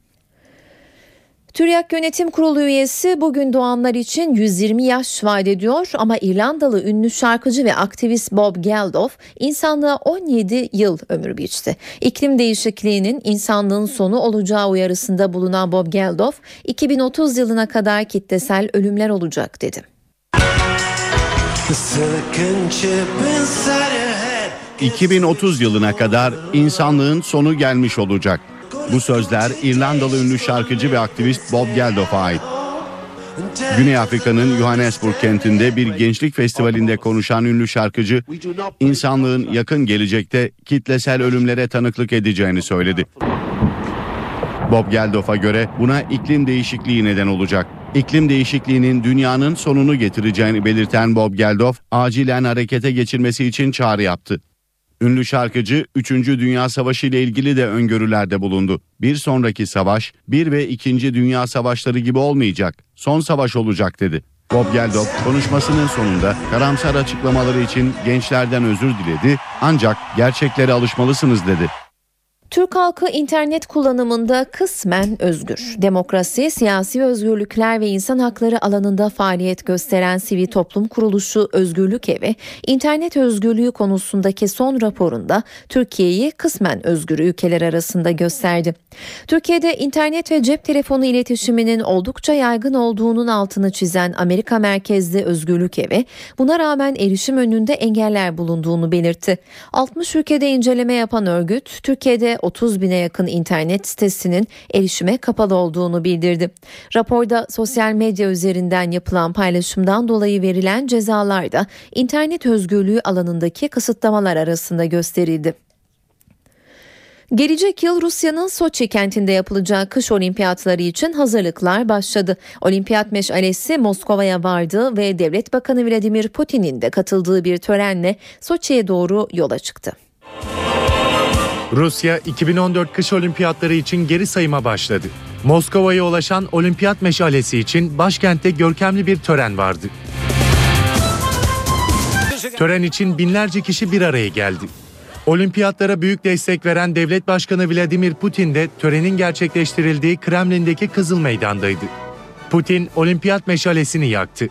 TÜRYAK Yönetim Kurulu üyesi bugün doğanlar için yüz yirmi yaş vaat ediyor ama İrlandalı ünlü şarkıcı ve aktivist Bob Geldof insanlığa on yedi yıl ömür biçti. İklim değişikliğinin insanlığın sonu olacağı uyarısında bulunan Bob Geldof, iki bin otuz yılına kadar kitlesel ölümler olacak dedi. iki bin otuz yılına kadar insanlığın sonu gelmiş olacak. Bu sözler İrlandalı ünlü şarkıcı ve aktivist Bob Geldof'a ait. Güney Afrika'nın Johannesburg kentinde bir gençlik festivalinde konuşan ünlü şarkıcı, insanlığın yakın gelecekte kitlesel ölümlere tanıklık edeceğini söyledi. Bob Geldof'a göre buna iklim değişikliği neden olacak. İklim değişikliğinin dünyanın sonunu getireceğini belirten Bob Geldof, acilen harekete geçilmesi için çağrı yaptı. Ünlü şarkıcı üçüncü. Dünya Savaşı ile ilgili de öngörülerde bulundu. Bir sonraki savaş, bir ve ikinci. Dünya Savaşları gibi olmayacak, son savaş olacak dedi. Bob Geldof konuşmasının sonunda karamsar açıklamaları için gençlerden özür diledi, ancak gerçeklere alışmalısınız dedi. Türk halkı internet kullanımında kısmen özgür. Demokrasi, siyasi özgürlükler ve insan hakları alanında faaliyet gösteren sivil toplum kuruluşu Özgürlük Evi, internet özgürlüğü konusundaki son raporunda Türkiye'yi kısmen özgür ülkeler arasında gösterdi. Türkiye'de internet ve cep telefonu iletişiminin oldukça yaygın olduğunun altını çizen Amerika merkezli Özgürlük Evi, buna rağmen erişim önünde engeller bulunduğunu belirtti. altmış ülkede inceleme yapan örgüt, Türkiye'de otuz bine yakın internet sitesinin erişime kapalı olduğunu bildirdi. Raporda sosyal medya üzerinden yapılan paylaşımdan dolayı verilen cezalar da internet özgürlüğü alanındaki kısıtlamalar arasında gösterildi. Gelecek yıl Rusya'nın Soçi kentinde yapılacağı kış olimpiyatları için hazırlıklar başladı. Olimpiyat meşalesi Moskova'ya vardı ve Devlet Bakanı Vladimir Putin'in de katıldığı bir törenle Soçi'ye doğru yola çıktı. Rusya iki bin on dört kış olimpiyatları için geri sayıma başladı. Moskova'ya ulaşan olimpiyat meşalesi için başkentte görkemli bir tören vardı. Tören için binlerce kişi bir araya geldi. Olimpiyatlara büyük destek veren Devlet Başkanı Vladimir Putin de törenin gerçekleştirildiği Kremlin'deki Kızıl Meydan'daydı. Putin olimpiyat meşalesini yaktı.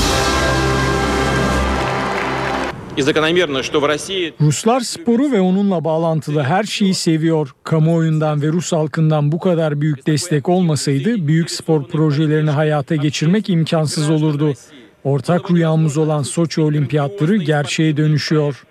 Ruslar sporu ve onunla bağlantılı her şeyi seviyor. Kamuoyundan ve Rus halkından bu kadar büyük destek olmasaydı büyük spor projelerini hayata geçirmek imkansız olurdu. Ortak rüyamız olan Soçi Olimpiyatları gerçeğe dönüşüyor.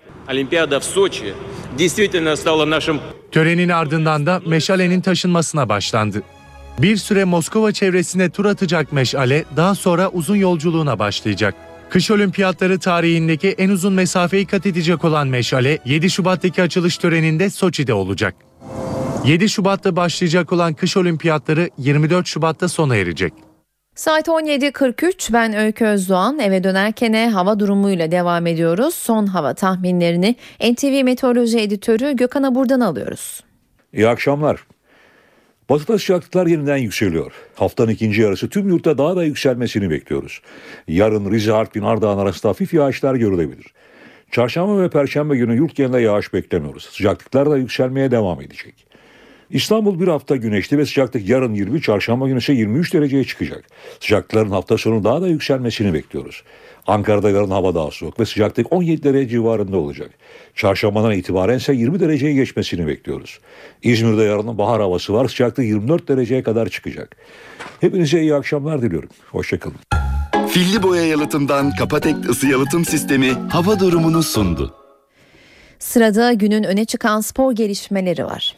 Törenin ardından da meşalenin taşınmasına başlandı. Bir süre Moskova çevresine tur atacak meşale daha sonra uzun yolculuğuna başlayacak. Kış olimpiyatları tarihindeki en uzun mesafeyi kat edecek olan meşale yedi Şubat'taki açılış töreninde Soçi'de olacak. yedi Şubat'ta başlayacak olan kış olimpiyatları yirmi dört Şubat'ta sona erecek. Saat on yedi kırk üç, ben Öykü Özdoğan. Eve dönerken hava durumuyla devam ediyoruz. Son hava tahminlerini N T V Meteoroloji Editörü Gökhan Abur'dan alıyoruz. İyi akşamlar. Batıda sıcaklıklar yeniden yükseliyor. Haftanın ikinci yarısı tüm yurtta daha da yükselmesini bekliyoruz. Yarın Rize, Artvin, Ardahan arasında hafif yağışlar görülebilir. Çarşamba ve Perşembe günü yurt genelinde yağış beklemiyoruz. Sıcaklıklar da yükselmeye devam edecek. İstanbul bir hafta güneşli ve sıcaklık yarın yirmi, çarşamba günü ise yirmi üç dereceye çıkacak. Sıcaklıkların hafta sonu daha da yükselmesini bekliyoruz. Ankara'da yarın hava daha soğuk ve sıcaklık on yedi derece civarında olacak. Çarşambadan itibaren ise yirmi dereceye geçmesini bekliyoruz. İzmir'de yarın bahar havası var, sıcaklık yirmi dört dereceye kadar çıkacak. Hepinize iyi akşamlar diliyorum. Hoşçakalın. Filli boya yalıtımdan Kapatek ısı yalıtım sistemi hava durumunu sundu. Sırada günün öne çıkan spor gelişmeleri var.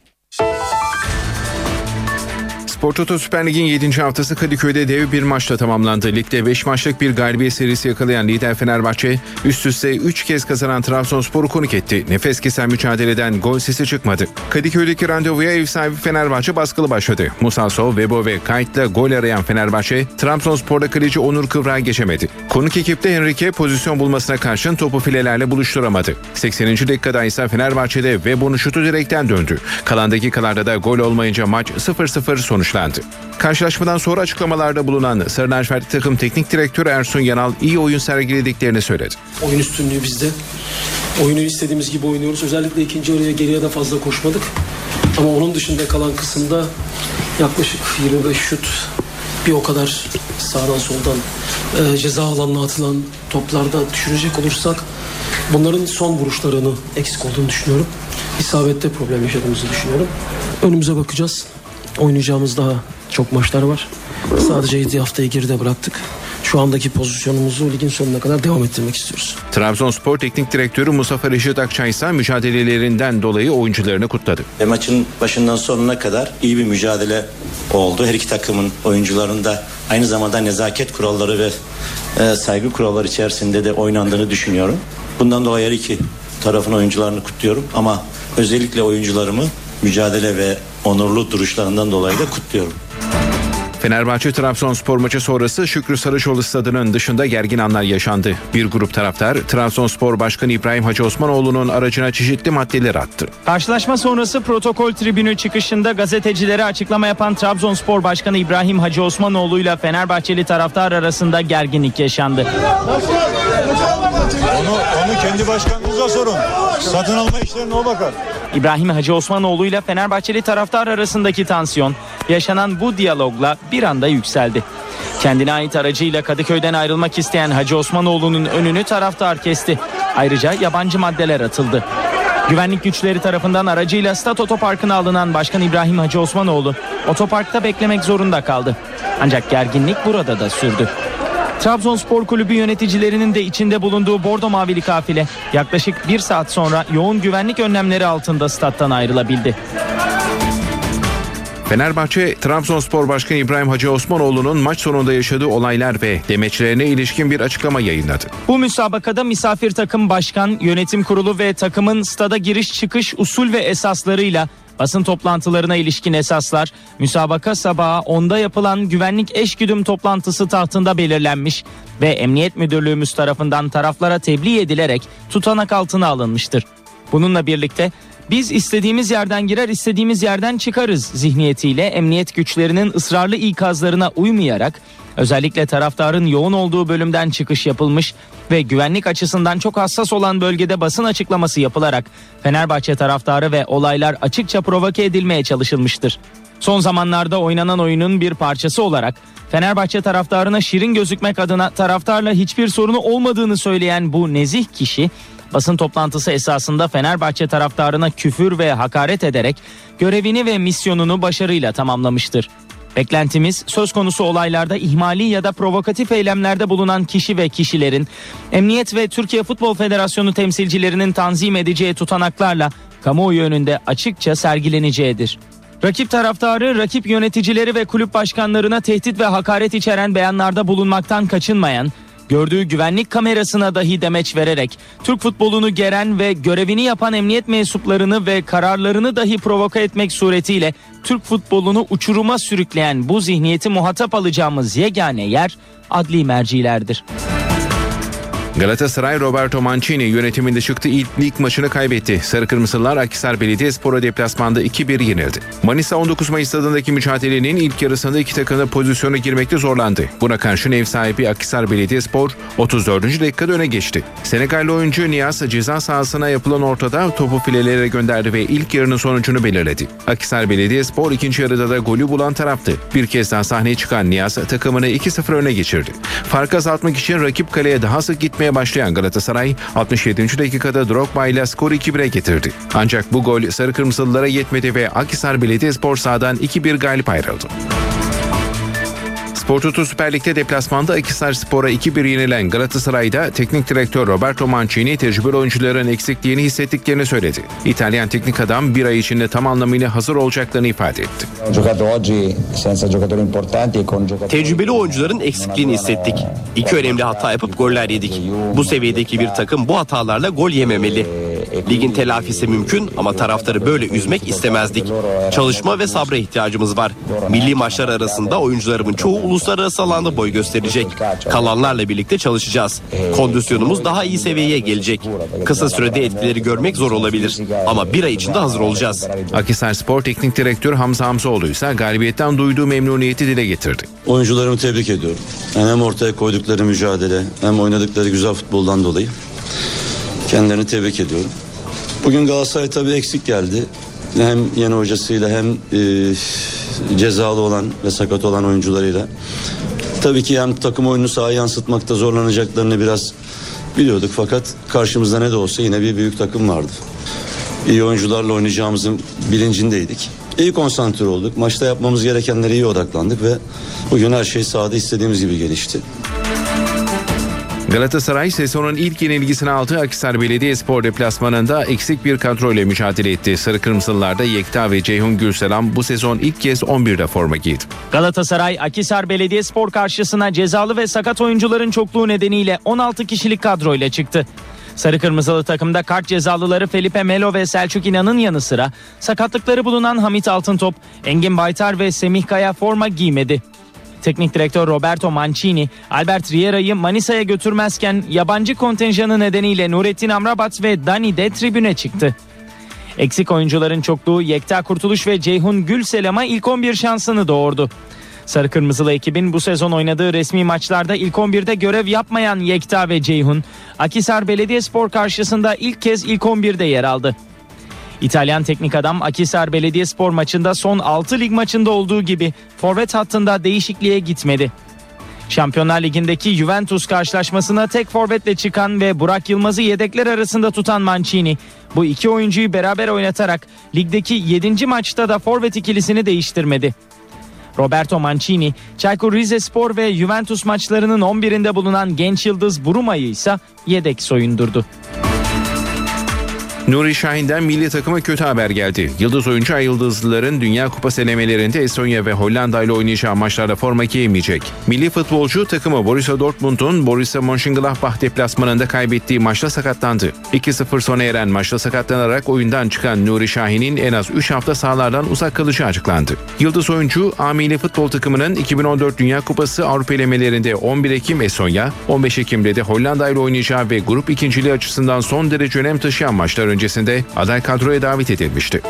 Spor Toto Süper Lig'in yedinci haftası Kadıköy'de dev bir maçla tamamlandı. Ligde beş maçlık bir galibiyet serisi yakalayan lider Fenerbahçe, üst üste üç kez kazanan Trabzonspor'u konuk etti. Nefes kesen mücadeleden gol sesi çıkmadı. Kadıköy'deki randevuya ev sahibi Fenerbahçe baskılı başladı. Musa Sow, Vebo ve Kayt'la gol arayan Fenerbahçe, Trabzonspor'da kaleci Onur Kıvrak'ı geçemedi. Konuk ekipte Henrique pozisyon bulmasına karşın topu filelerle buluşturamadı. sekseninci dakikada ise Fenerbahçe'de Vebo'nun şutu direkten döndü. Kalan dakikalarda da gol olmayınca maç sıfır sıfır sonuçlandı. Karşılaşmadan sonra açıklamalarda bulunan Sarı Lacivertli takım teknik direktörü Ersun Yanal iyi oyun sergilediklerini söyledi. Oyun üstünlüğü bizde. Oyunu istediğimiz gibi oynuyoruz. Özellikle ikinci araya geriye de fazla koşmadık. Ama onun dışında kalan kısımda yaklaşık yirmi beş şut, bir o kadar sağdan soldan e, ceza alanına atılan toplarda düşünecek olursak bunların son vuruşlarını eksik olduğunu düşünüyorum. İsabette problem yaşadığımızı düşünüyorum. Önümüze bakacağız. Oynayacağımız daha çok maçlar var. Sadece yedi haftayı geride bıraktık. şu andaki pozisyonumuzu ligin sonuna kadar devam ettirmek istiyoruz. Trabzonspor Teknik Direktörü Mustafa Reşit Akçay ise mücadelelerinden dolayı oyuncularını kutladı. E, maçın başından sonuna kadar iyi bir mücadele oldu. Her iki takımın oyuncularında aynı zamanda nezaket kuralları ve e, saygı kuralları içerisinde de oynandığını düşünüyorum. Bundan dolayı her iki tarafın oyuncularını kutluyorum ama özellikle oyuncularımı mücadele ve onurlu duruşlarından dolayı da kutluyorum. Fenerbahçe Trabzonspor maçı sonrası Şükrü Saraçoğlu stadının dışında gergin anlar yaşandı. Bir grup taraftar Trabzonspor Başkanı İbrahim Hacı Osmanoğlu'nun aracına çeşitli maddeler attı. Karşılaşma sonrası protokol tribünü çıkışında gazetecilere açıklama yapan Trabzonspor Başkanı İbrahim Hacı Osmanoğlu ile Fenerbahçeli taraftar arasında gerginlik yaşandı. Onu, onu kendi başkanınıza sorun. Satın alma işlerine o bakar. İbrahim Hacı Osmanoğlu ile Fenerbahçeli taraftar arasındaki tansiyon yaşanan bu diyalogla bir anda yükseldi. Kendine ait aracıyla Kadıköy'den ayrılmak isteyen Hacı Osmanoğlu'nun önünü taraftar kesti. Ayrıca yabancı maddeler atıldı. Güvenlik güçleri tarafından aracıyla stat otoparkına alınan Başkan İbrahim Hacı Osmanoğlu otoparkta beklemek zorunda kaldı. Ancak gerginlik burada da sürdü. Trabzonspor Kulübü yöneticilerinin de içinde bulunduğu bordo mavili kafile yaklaşık bir saat sonra yoğun güvenlik önlemleri altında stat'tan ayrılabildi. Fenerbahçe, Trabzonspor Başkanı İbrahim Hacı Osmanoğlu'nun maç sonunda yaşadığı olaylar ve demeçlerine ilişkin bir açıklama yayınladı. Bu müsabakada misafir takım başkan, yönetim kurulu ve takımın stada giriş çıkış usul ve esaslarıyla basın toplantılarına ilişkin esaslar, müsabaka sabahı onda yapılan güvenlik eşgüdüm toplantısı tahtında belirlenmiş ve Emniyet Müdürlüğümüz tarafından taraflara tebliğ edilerek tutanak altına alınmıştır. Bununla birlikte biz istediğimiz yerden girer, istediğimiz yerden çıkarız zihniyetiyle emniyet güçlerinin ısrarlı ikazlarına uymayarak özellikle taraftarın yoğun olduğu bölümden çıkış yapılmış ve güvenlik açısından çok hassas olan bölgede basın açıklaması yapılarak Fenerbahçe taraftarı ve olaylar açıkça provoke edilmeye çalışılmıştır. Son zamanlarda oynanan oyunun bir parçası olarak Fenerbahçe taraftarına şirin gözükmek adına taraftarla hiçbir sorunu olmadığını söyleyen bu nezih kişi basın toplantısı esasında Fenerbahçe taraftarına küfür ve hakaret ederek görevini ve misyonunu başarıyla tamamlamıştır. Beklentimiz söz konusu olaylarda ihmali ya da provokatif eylemlerde bulunan kişi ve kişilerin Emniyet ve Türkiye Futbol Federasyonu temsilcilerinin tanzim edeceği tutanaklarla kamuoyu önünde açıkça sergileneceğidir. Rakip taraftarı, rakip yöneticileri ve kulüp başkanlarına tehdit ve hakaret içeren beyanlarda bulunmaktan kaçınmayan, gördüğü güvenlik kamerasına dahi demeç vererek Türk futbolunu geren ve görevini yapan emniyet mensuplarını ve kararlarını dahi provoke etmek suretiyle Türk futbolunu uçuruma sürükleyen bu zihniyeti muhatap alacağımız yegane yer adli mercilerdir. Galatasaray Roberto Mancini yönetiminde çıktı ilk lig maçını kaybetti. Sarı Kırmızılar Akhisar Belediyespor'a deplasmanda iki bir yenildi. Manisa on dokuz Mayıs stadındaki mücadelenin ilk yarısında iki takımda pozisyona girmekte zorlandı. Buna karşın ev sahibi Akhisar Belediyespor otuz dördüncü dakikada öne geçti. Senegalli oyuncu Nias ceza sahasına yapılan ortada topu filelere gönderdi ve ilk yarının sonucunu belirledi. Akhisar Belediyespor ikinci yarıda da golü bulan taraftı. Bir kez daha sahneye çıkan Nias takımını iki sıfır öne geçirdi. Farkı azaltmak için rakip kaleye daha sık gitmeye başlayan Galatasaray altmış yedinci dakikada Drogba ile skoru iki bire getirdi. Ancak bu gol Sarı Kırmızılılara yetmedi ve Akhisar Belediyespor sahadan iki bir galip ayrıldı. Spor Toto Süper Lig'de deplasmanda Akhisarspor'a iki bir yenilen Galatasaray'da teknik direktör Roberto Mancini tecrübeli oyuncuların eksikliğini hissettiklerini söyledi. İtalyan teknik adam bir ay içinde tam anlamıyla hazır olacaklarını ifade etti. Tecrübeli oyuncuların eksikliğini hissettik. İki önemli hata yapıp goller yedik. Bu seviyedeki bir takım bu hatalarla gol yememeli. Ligin telafisi mümkün ama taraftarı böyle üzmek istemezdik. Çalışma ve sabra ihtiyacımız var. Milli maçlar arasında oyuncularımın çoğu uluslararası alanda boy gösterecek. Kalanlarla birlikte çalışacağız. Kondisyonumuz daha iyi seviyeye gelecek. Kısa sürede etkileri görmek zor olabilir ama bir ay içinde hazır olacağız. Akhisarspor Teknik Direktör Hamza Hamzoğlu ise galibiyetten duyduğu memnuniyeti dile getirdi. Oyuncularımı tebrik ediyorum. Yani hem ortaya koydukları mücadele hem oynadıkları güzel futboldan dolayı kendilerini tebrik ediyorum. Bugün Galatasaray tabii eksik geldi. Hem yeni hocasıyla hem e, cezalı olan ve sakat olan oyuncularıyla. Tabii ki hem takım oyununu sahaya yansıtmakta zorlanacaklarını biraz biliyorduk. Fakat karşımızda ne de olsa yine bir büyük takım vardı. İyi oyuncularla oynayacağımızın bilincindeydik. İyi konsantre olduk. Maçta yapmamız gerekenlere iyi odaklandık ve bugün her şey sahada istediğimiz gibi gelişti. Galatasaray sezonun ilk yenilgisini aldığı Akhisar Belediyespor deplasmanında eksik bir kadroyla mücadele etti. Sarı Kırmızılılarda Yekta ve Ceyhun Gürselam bu sezon ilk kez on birde forma giydi. Galatasaray Akhisar Belediyespor karşısına cezalı ve sakat oyuncuların çokluğu nedeniyle on altı kişilik kadroyla çıktı. Sarı Kırmızılı takımda kart cezalıları Felipe Melo ve Selçuk İnan'ın yanı sıra sakatlıkları bulunan Hamit Altıntop, Engin Baytar ve Semih Kaya forma giymedi. Teknik direktör Roberto Mancini, Albert Riera'yı Manisa'ya götürmezken yabancı kontenjanı nedeniyle Nurettin Amrabat ve Dani de tribüne çıktı. Eksik oyuncuların çokluğu Yekta Kurtuluş ve Ceyhun Gülselam'a ilk on bir şansını doğurdu. Sarı Kırmızılı ekibin bu sezon oynadığı resmi maçlarda ilk on birde görev yapmayan Yekta ve Ceyhun, Akhisar Belediyespor karşısında ilk kez ilk on birde yer aldı. İtalyan teknik adam Akhisar Belediyespor maçında son altı lig maçında olduğu gibi forvet hattında değişikliğe gitmedi. Şampiyonlar Ligi'ndeki Juventus karşılaşmasına tek forvetle çıkan ve Burak Yılmaz'ı yedekler arasında tutan Mancini, bu iki oyuncuyu beraber oynatarak ligdeki yedinci maçta da forvet ikilisini değiştirmedi. Roberto Mancini, Çaykur Rizespor ve Juventus maçlarının on birinde bulunan genç yıldız Buruma'yı ise yedek soyundurdu. Nuri Şahin'den milli takıma kötü haber geldi. Yıldız oyuncu Ay Yıldızlıların Dünya Kupası elemelerinde Estonya ve Hollanda ile oynayacağı maçlarda forma giyemeyecek. Milli futbolcu takımı Borussia Dortmund'un Borussia Mönchengladbach deplasmanında kaybettiği maçta sakatlandı. iki sıfır sona eren maçta sakatlanarak oyundan çıkan Nuri Şahin'in en az üç hafta sahalardan uzak kalacağı açıklandı. Yıldız oyuncu A milli futbol takımının iki bin on dört Dünya Kupası Avrupa elemelerinde on bir Ekim Estonya, on beş Ekim'de de Hollanda ile oynayacağı ve grup ikinciliği açısından son derece önem taşıyan maçlar öncesinde aday kadroya davet edilmişti.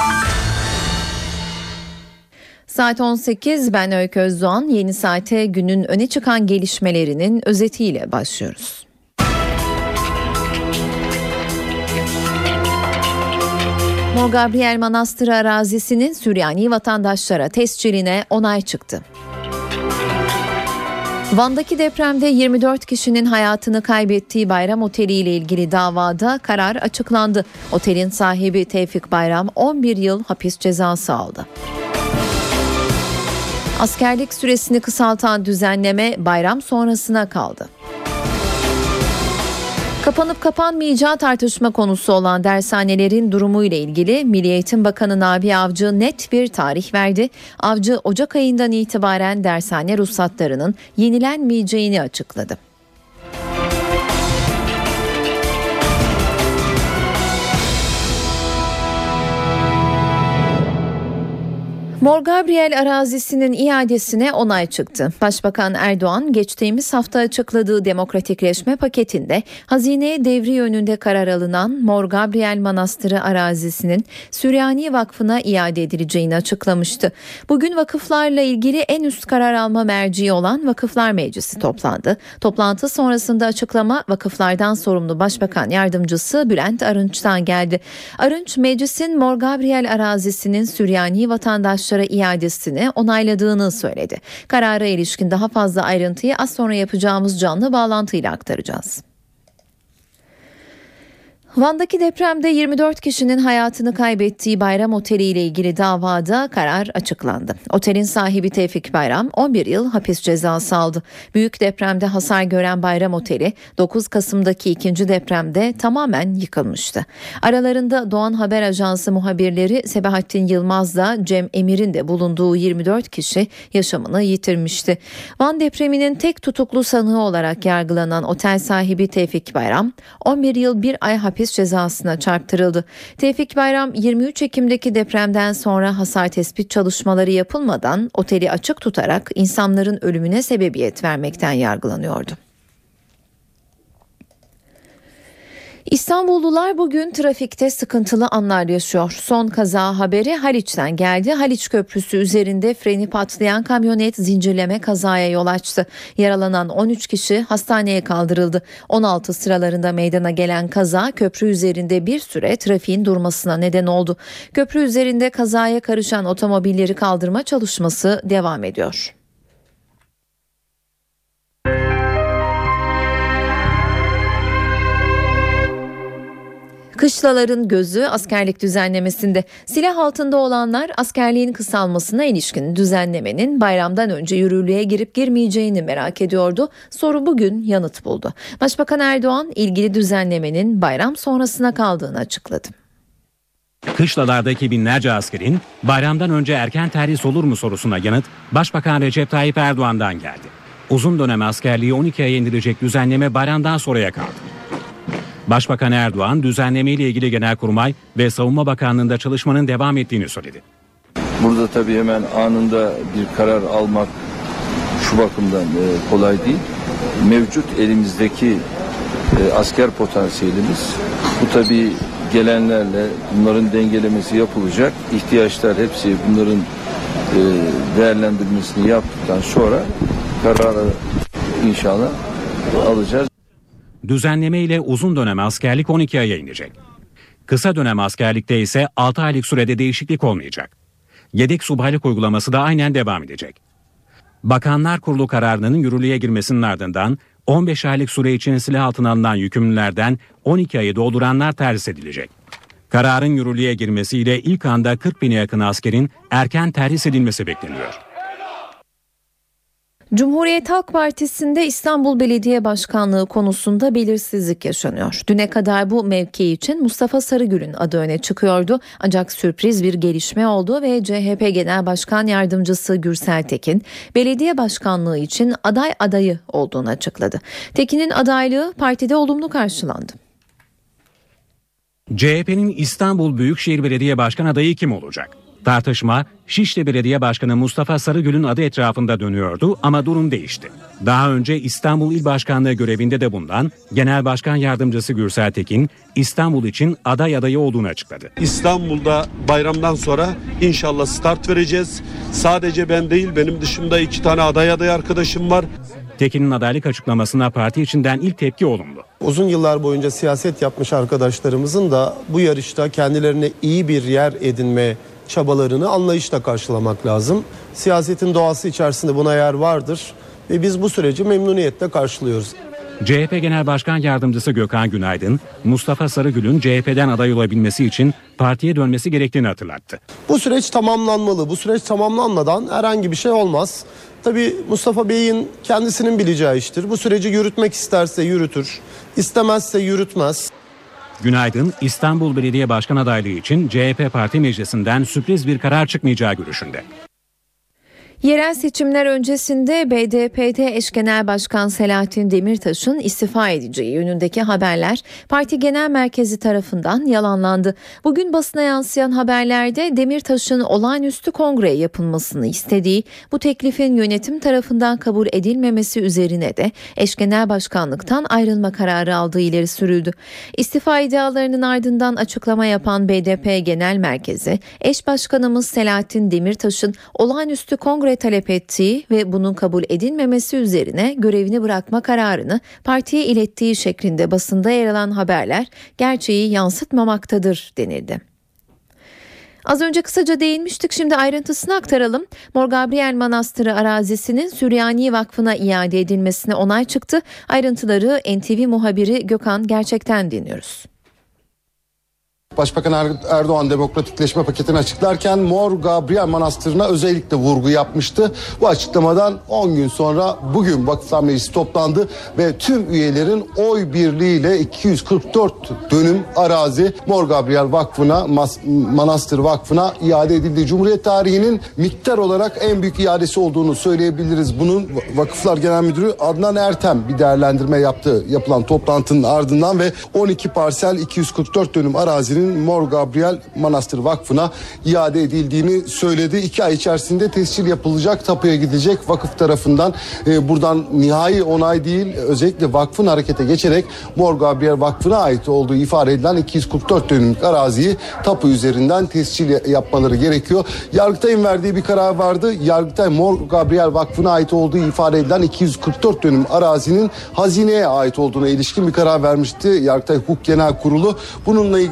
Saat on sekiz, ben Öykü Özdoğan. Yeni saate günün öne çıkan gelişmelerinin özetiyle başlıyoruz. Mor Gabriel Manastırı arazisinin Süryani vatandaşlara tesciline onay çıktı. Van'daki depremde yirmi dört kişinin hayatını kaybettiği Bayram Oteli ile ilgili davada karar açıklandı. Otelin sahibi Tevfik Bayram on bir yıl hapis cezası aldı. Askerlik süresini kısaltan düzenleme bayram sonrasına kaldı. Kapanıp kapanmayacağı tartışma konusu olan dershanelerin durumu ile ilgili Milli Eğitim Bakanı Nabi Avcı net bir tarih verdi. Avcı Ocak ayından itibaren dershane ruhsatlarının yenilenmeyeceğini açıkladı. Mor Gabriel arazisinin iadesine onay çıktı. Başbakan Erdoğan geçtiğimiz hafta açıkladığı demokratikleşme paketinde hazineye devri yönünde karar alınan Mor Gabriel Manastırı arazisinin Süryani Vakfı'na iade edileceğini açıklamıştı. Bugün vakıflarla ilgili en üst karar alma merciği olan Vakıflar Meclisi toplandı. Toplantı sonrasında açıklama vakıflardan sorumlu Başbakan Yardımcısı Bülent Arınç'tan geldi. Arınç, meclisin Mor Gabriel arazisinin Süryani vatandaşları iadesini onayladığını söyledi. Karara ilişkin daha fazla ayrıntıyı az sonra yapacağımız canlı bağlantıyla aktaracağız. Van'daki depremde yirmi dört kişinin hayatını kaybettiği Bayram Oteli ile ilgili davada karar açıklandı. Otelin sahibi Tevfik Bayram on bir yıl hapis cezası aldı. Büyük depremde hasar gören Bayram Oteli dokuz Kasım'daki ikinci depremde tamamen yıkılmıştı. Aralarında Doğan Haber Ajansı muhabirleri Sebahattin Yılmaz'la Cem Emir'in de bulunduğu yirmi dört kişi yaşamını yitirmişti. Van depreminin tek tutuklu sanığı olarak yargılanan otel sahibi Tevfik Bayram on bir yıl bir ay hapis cezasına çarptırıldı. Tevfik Bayram yirmi üç Ekim'deki depremden sonra hasar tespit çalışmaları yapılmadan oteli açık tutarak insanların ölümüne sebebiyet vermekten yargılanıyordu. İstanbullular bugün trafikte sıkıntılı anlar yaşıyor. Son kaza haberi Haliç'ten geldi. Haliç Köprüsü üzerinde freni patlayan kamyonet zincirleme kazaya yol açtı. Yaralanan on üç kişi hastaneye kaldırıldı. on altı sıralarında meydana gelen kaza köprü üzerinde bir süre trafiğin durmasına neden oldu. Köprü üzerinde kazaya karışan otomobilleri kaldırma çalışması devam ediyor. Kışlaların gözü askerlik düzenlemesinde. Silah altında olanlar askerliğin kısalmasına ilişkin düzenlemenin bayramdan önce yürürlüğe girip girmeyeceğini merak ediyordu. Soru bugün yanıt buldu. Başbakan Erdoğan ilgili düzenlemenin bayram sonrasına kaldığını açıkladı. Kışlalardaki binlerce askerin bayramdan önce erken terhis olur mu sorusuna yanıt Başbakan Recep Tayyip Erdoğan'dan geldi. Uzun dönem askerliği on iki aya indirecek düzenleme bayramdan sonraya kaldı. Başbakan Erdoğan düzenleme ile ilgili Genelkurmay ve Savunma Bakanlığı'nda çalışmanın devam ettiğini söyledi. Burada tabii hemen anında bir karar almak şu bakımdan e, kolay değil. Mevcut elimizdeki e, asker potansiyelimiz, bu tabii gelenlerle bunların dengelemesi yapılacak. İhtiyaçlar hepsi bunların e, değerlendirmesini yaptıktan sonra kararı inşallah alacağız. Düzenleme ile uzun dönem askerlik on iki aya inecek. Kısa dönem askerlikte ise altı aylık sürede değişiklik olmayacak. Yedek subaylık uygulaması da aynen devam edecek. Bakanlar Kurulu kararının yürürlüğe girmesinin ardından on beş aylık süre için silah altına alınan yükümlülerden on iki ayı dolduranlar terhis edilecek. Kararın yürürlüğe girmesiyle ilk anda kırk bine yakın askerin erken terhis edilmesi bekleniyor. Cumhuriyet Halk Partisi'nde İstanbul Belediye Başkanlığı konusunda belirsizlik yaşanıyor. Düne kadar bu mevki için Mustafa Sarıgül'ün adı öne çıkıyordu. Ancak sürpriz bir gelişme oldu ve C H P Genel Başkan Yardımcısı Gürsel Tekin, belediye başkanlığı için aday adayı olduğunu açıkladı. Tekin'in adaylığı partide olumlu karşılandı. C H P'nin İstanbul Büyükşehir Belediye Başkan adayı kim olacak? Tartışma Şişli Belediye Başkanı Mustafa Sarıgül'ün adı etrafında dönüyordu ama durum değişti. Daha önce İstanbul İl Başkanlığı görevinde de bulunan Genel Başkan Yardımcısı Gürsel Tekin, İstanbul için aday adayı olduğunu açıkladı. İstanbul'da bayramdan sonra inşallah start vereceğiz. Sadece ben değil, benim dışımda iki tane aday aday arkadaşım var. Tekin'in adaylık açıklamasına parti içinden ilk tepki olumlu. Uzun yıllar boyunca siyaset yapmış arkadaşlarımızın da bu yarışta kendilerine iyi bir yer edinme çabalarını anlayışla karşılamak lazım. Siyasetin doğası içerisinde buna yer vardır ve biz bu süreci memnuniyetle karşılıyoruz. C H P Genel Başkan Yardımcısı Gökhan Günaydın, Mustafa Sarıgül'ün C H P'den aday olabilmesi için partiye dönmesi gerektiğini hatırlattı. Bu süreç tamamlanmalı. Bu süreç tamamlanmadan herhangi bir şey olmaz. Tabii Mustafa Bey'in kendisinin bileceği iştir. Bu süreci yürütmek isterse yürütür, istemezse yürütmez. Günaydın, İstanbul Belediye Başkan adaylığı için C H P Parti Meclisi'nden sürpriz bir karar çıkmayacağı görüşünde. Yerel seçimler öncesinde B D P'de eş genel başkan Selahattin Demirtaş'ın istifa edeceği yönündeki haberler parti genel merkezi tarafından yalanlandı. Bugün basına yansıyan haberlerde Demirtaş'ın olağanüstü kongre yapılmasını istediği, bu teklifin yönetim tarafından kabul edilmemesi üzerine de eş genel başkanlıktan ayrılma kararı aldığı ileri sürüldü. İstifa iddialarının ardından açıklama yapan B D P Genel Merkezi, eş başkanımız Selahattin Demirtaş'ın olağanüstü kongre talep ettiği ve bunun kabul edilmemesi üzerine görevini bırakma kararını partiye ilettiği şeklinde basında yer alan haberler gerçeği yansıtmamaktadır denildi. Az önce kısaca değinmiştik, şimdi ayrıntısını aktaralım. Mor Gabriel Manastırı arazisinin Süryani Vakfı'na iade edilmesine onay çıktı. Ayrıntıları N T V muhabiri Gökhan Gerçek'ten dinliyoruz. Başbakan Erdoğan demokratikleşme paketini açıklarken Mor Gabriel Manastırı'na özellikle vurgu yapmıştı. Bu açıklamadan on gün sonra bugün Vakıflar Meclisi toplandı ve tüm üyelerin oy birliğiyle iki yüz kırk dört dönüm arazi Mor Gabriel Vakfı'na, Manastır Vakfı'na iade edildi. Cumhuriyet tarihinin miktar olarak en büyük iadesi olduğunu söyleyebiliriz. Bunun Vakıflar Genel Müdürü Adnan Ertem bir değerlendirme yaptı yapılan toplantının ardından ve on iki parsel iki yüz kırk dört dönüm arazinin Mor Gabriel Manastır Vakfı'na iade edildiğini söyledi. İki ay içerisinde tescil yapılacak, tapuya gidecek vakıf tarafından. E, buradan nihai onay değil, özellikle vakfın harekete geçerek Mor Gabriel Vakfı'na ait olduğu ifade edilen iki yüz kırk dört dönümlük araziyi tapu üzerinden tescil yapmaları gerekiyor. Yargıtay'ın verdiği bir karar vardı. Yargıtay Mor Gabriel Vakfı'na ait olduğu ifade edilen iki yüz kırk dört dönüm arazinin hazineye ait olduğuna ilişkin bir karar vermişti. Yargıtay Hukuk Genel Kurulu bununla ilgili bir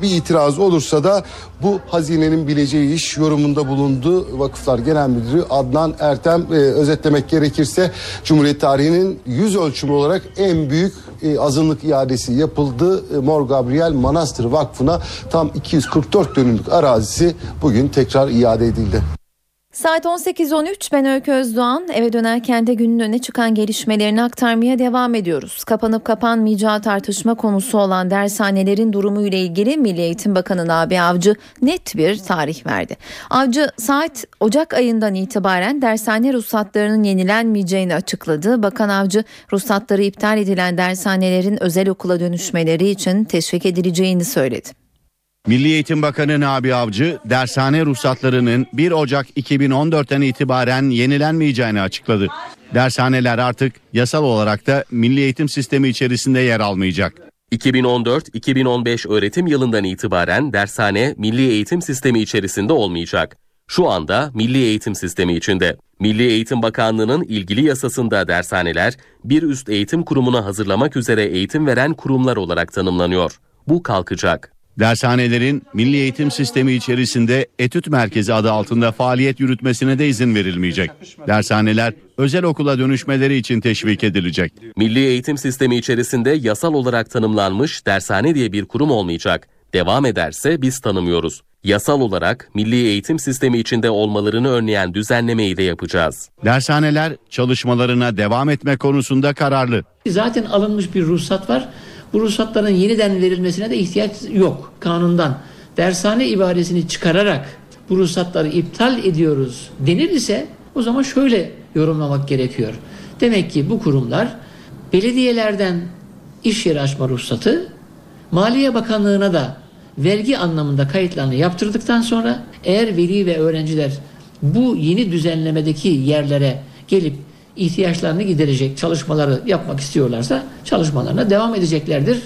bir itiraz olursa da bu hazinenin bileceği iş yorumunda bulundu Vakıflar Genel Müdürü Adnan Ertem. E, özetlemek gerekirse Cumhuriyet tarihinin yüz ölçümü olarak en büyük e, azınlık iadesi yapıldı. E, Mor Gabriel Manastırı Vakfı'na tam iki yüz kırk dört dönümlük arazisi bugün tekrar iade edildi. Saat on sekiz on üç, ben Öykü Özdoğan. Eve dönerken de günün öne çıkan gelişmelerini aktarmaya devam ediyoruz. Kapanıp kapanmayacağı tartışma konusu olan dershanelerin durumu ile ilgili Milli Eğitim Bakanı Nabi Avcı net bir tarih verdi. Avcı saat Ocak ayından itibaren dershane ruhsatlarının yenilenmeyeceğini açıkladı. Bakan Avcı ruhsatları iptal edilen dershanelerin özel okula dönüşmeleri için teşvik edileceğini söyledi. Milli Eğitim Bakanı Nabi Avcı, dershane ruhsatlarının bir Ocak iki bin on dörtten itibaren yenilenmeyeceğini açıkladı. Dershaneler artık yasal olarak da Milli Eğitim Sistemi içerisinde yer almayacak. iki bin on dört iki bin on beş öğretim yılından itibaren dershane Milli Eğitim Sistemi içerisinde olmayacak. Şu anda Milli Eğitim Sistemi içinde. Milli Eğitim Bakanlığı'nın ilgili yasasında dershaneler bir üst eğitim kurumuna hazırlamak üzere eğitim veren kurumlar olarak tanımlanıyor. Bu kalkacak. Dershanelerin Milli Eğitim Sistemi içerisinde etüt merkezi adı altında faaliyet yürütmesine de izin verilmeyecek. Dershaneler özel okula dönüşmeleri için teşvik edilecek. Milli Eğitim Sistemi içerisinde yasal olarak tanımlanmış dershane diye bir kurum olmayacak. Devam ederse biz tanımıyoruz. Yasal olarak Milli Eğitim Sistemi içinde olmalarını önleyen düzenlemeyi de yapacağız. Dershaneler çalışmalarına devam etme konusunda kararlı. Zaten alınmış bir ruhsat var. Bu ruhsatların yeniden verilmesine de ihtiyaç yok kanundan. Dershane ibaresini çıkararak bu ruhsatları iptal ediyoruz denir ise o zaman şöyle yorumlamak gerekiyor. Demek ki bu kurumlar belediyelerden iş yeri açma ruhsatı, Maliye Bakanlığı'na da vergi anlamında kayıtlarını yaptırdıktan sonra eğer veli ve öğrenciler bu yeni düzenlemedeki yerlere gelip ihtiyaçlarını giderecek çalışmaları yapmak istiyorlarsa çalışmalarına devam edeceklerdir.